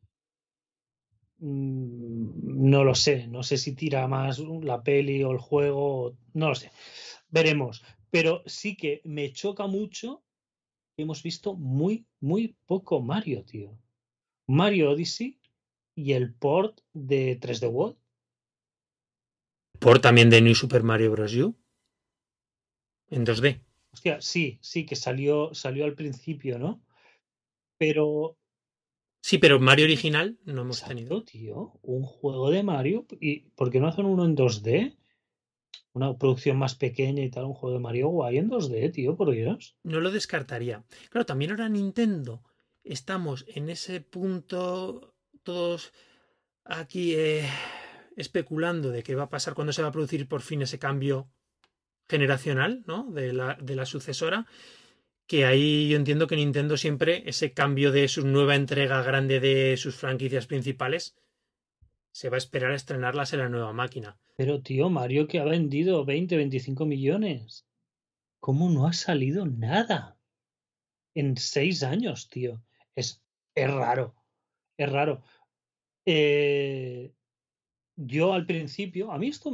No lo sé, no sé si tira más la peli o el juego, no lo sé, veremos. Pero sí que me choca mucho que hemos visto muy, muy poco Mario, tío. Mario Odyssey y el port de 3D World. Por también de New Super Mario Bros. U en 2D. Hostia, sí, que salió al principio, ¿no? Pero, Sí, pero Mario original no hemos tenido. exacto, tío, un juego de Mario, ¿y por qué no hacen uno en 2D? Una producción más pequeña y tal, un juego de Mario guay en 2D, tío, por Dios. No lo descartaría. Claro, también ahora Nintendo. Estamos en ese punto todos aquí especulando de qué va a pasar cuando se va a producir por fin ese cambio generacional, ¿no? De la sucesora. Que ahí yo entiendo que Nintendo siempre, ese cambio de su nueva entrega grande de sus franquicias principales, se va a esperar a estrenarlas en la nueva máquina. Pero, tío, Mario que ha vendido 20, 25 millones. ¿Cómo no ha salido nada en 6 años, tío? Es, es raro, es raro. Eh, yo al principio, a mí esto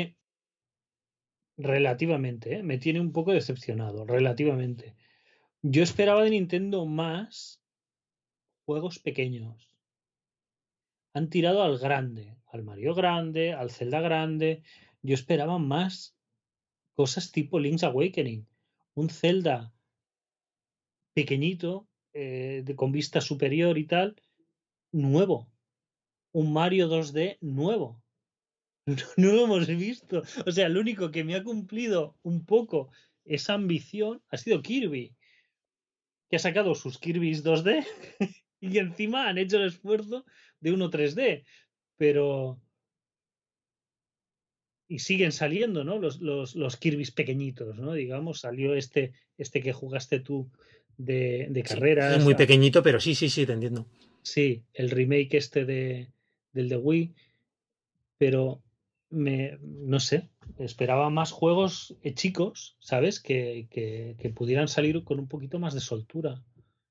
relativamente, me tiene un poco decepcionado, relativamente. Yo esperaba de Nintendo más juegos pequeños. Han tirado al grande, al Mario grande, al Zelda grande. Yo esperaba más cosas tipo Link's Awakening. Un Zelda pequeñito, con vista superior y tal, nuevo. Un Mario 2D nuevo. No lo hemos visto. O sea, el único que me ha cumplido un poco esa ambición ha sido Kirby, que ha sacado sus Kirby's 2D y encima han hecho el esfuerzo de uno 3D. Pero. Y siguen saliendo, ¿no? Los Kirby's pequeñitos, ¿no? Digamos, salió este que jugaste tú de Sí, es carreras. muy pequeñito, pero sí, sí, sí, te entiendo. Sí, el remake del de Wii, pero no sé, esperaba más juegos chicos, ¿sabes? Que pudieran salir con un poquito más de soltura.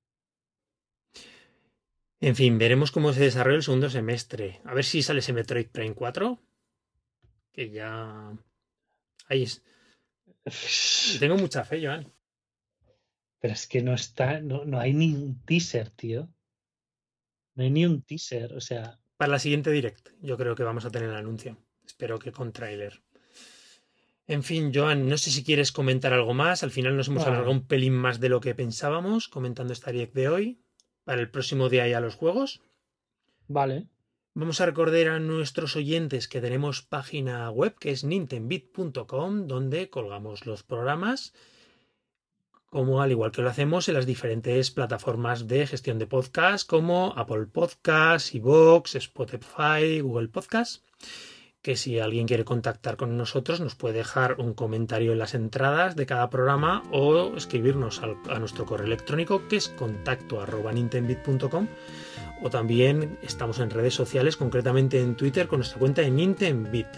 En fin, veremos cómo se desarrolla el segundo semestre. A ver si sale ese Metroid Prime 4, que ya... Ahí es. Y tengo mucha fe, Joan. Pero es que no hay ni un teaser, tío. No hay ni un teaser, o sea, Para la siguiente direct, yo creo que vamos a tener el anuncio. Espero que con tráiler. En fin, Joan, no sé si quieres comentar algo más. Al final nos hemos alargado ah, un pelín más de lo que pensábamos comentando esta direct de hoy. Para el próximo día ya los juegos. vale, Vamos a recordar a nuestros oyentes que tenemos página web que es nintendbit.com donde colgamos los programas como al igual que lo hacemos en las diferentes plataformas de gestión de podcast como Apple Podcasts, iVoox, Spotify, Google Podcasts, que si alguien quiere contactar con nosotros nos puede dejar un comentario en las entradas de cada programa o escribirnos a nuestro correo electrónico que es contacto@nintendbit.com, o también estamos en redes sociales, concretamente en Twitter con nuestra cuenta de Nintendbit.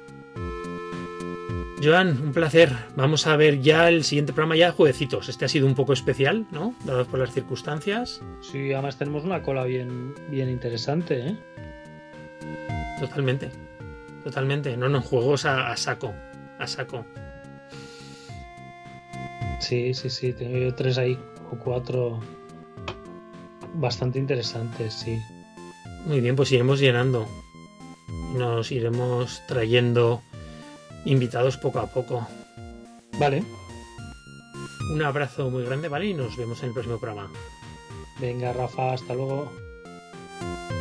Joan, un placer. Vamos a ver ya el siguiente programa ya juevecitos. Este ha sido un poco especial, ¿no? Dados por las circunstancias. sí, además tenemos una cola bien, bien interesante, ¿eh? Totalmente. Totalmente. No, juegos a saco. A saco. Sí, tengo yo 3 ahí o 4 bastante interesantes, sí. Muy bien, pues iremos llenando. Nos iremos trayendo invitados poco a poco. Vale, Un abrazo muy grande, ¿vale? Y nos vemos en el próximo programa. venga, Rafa, hasta luego.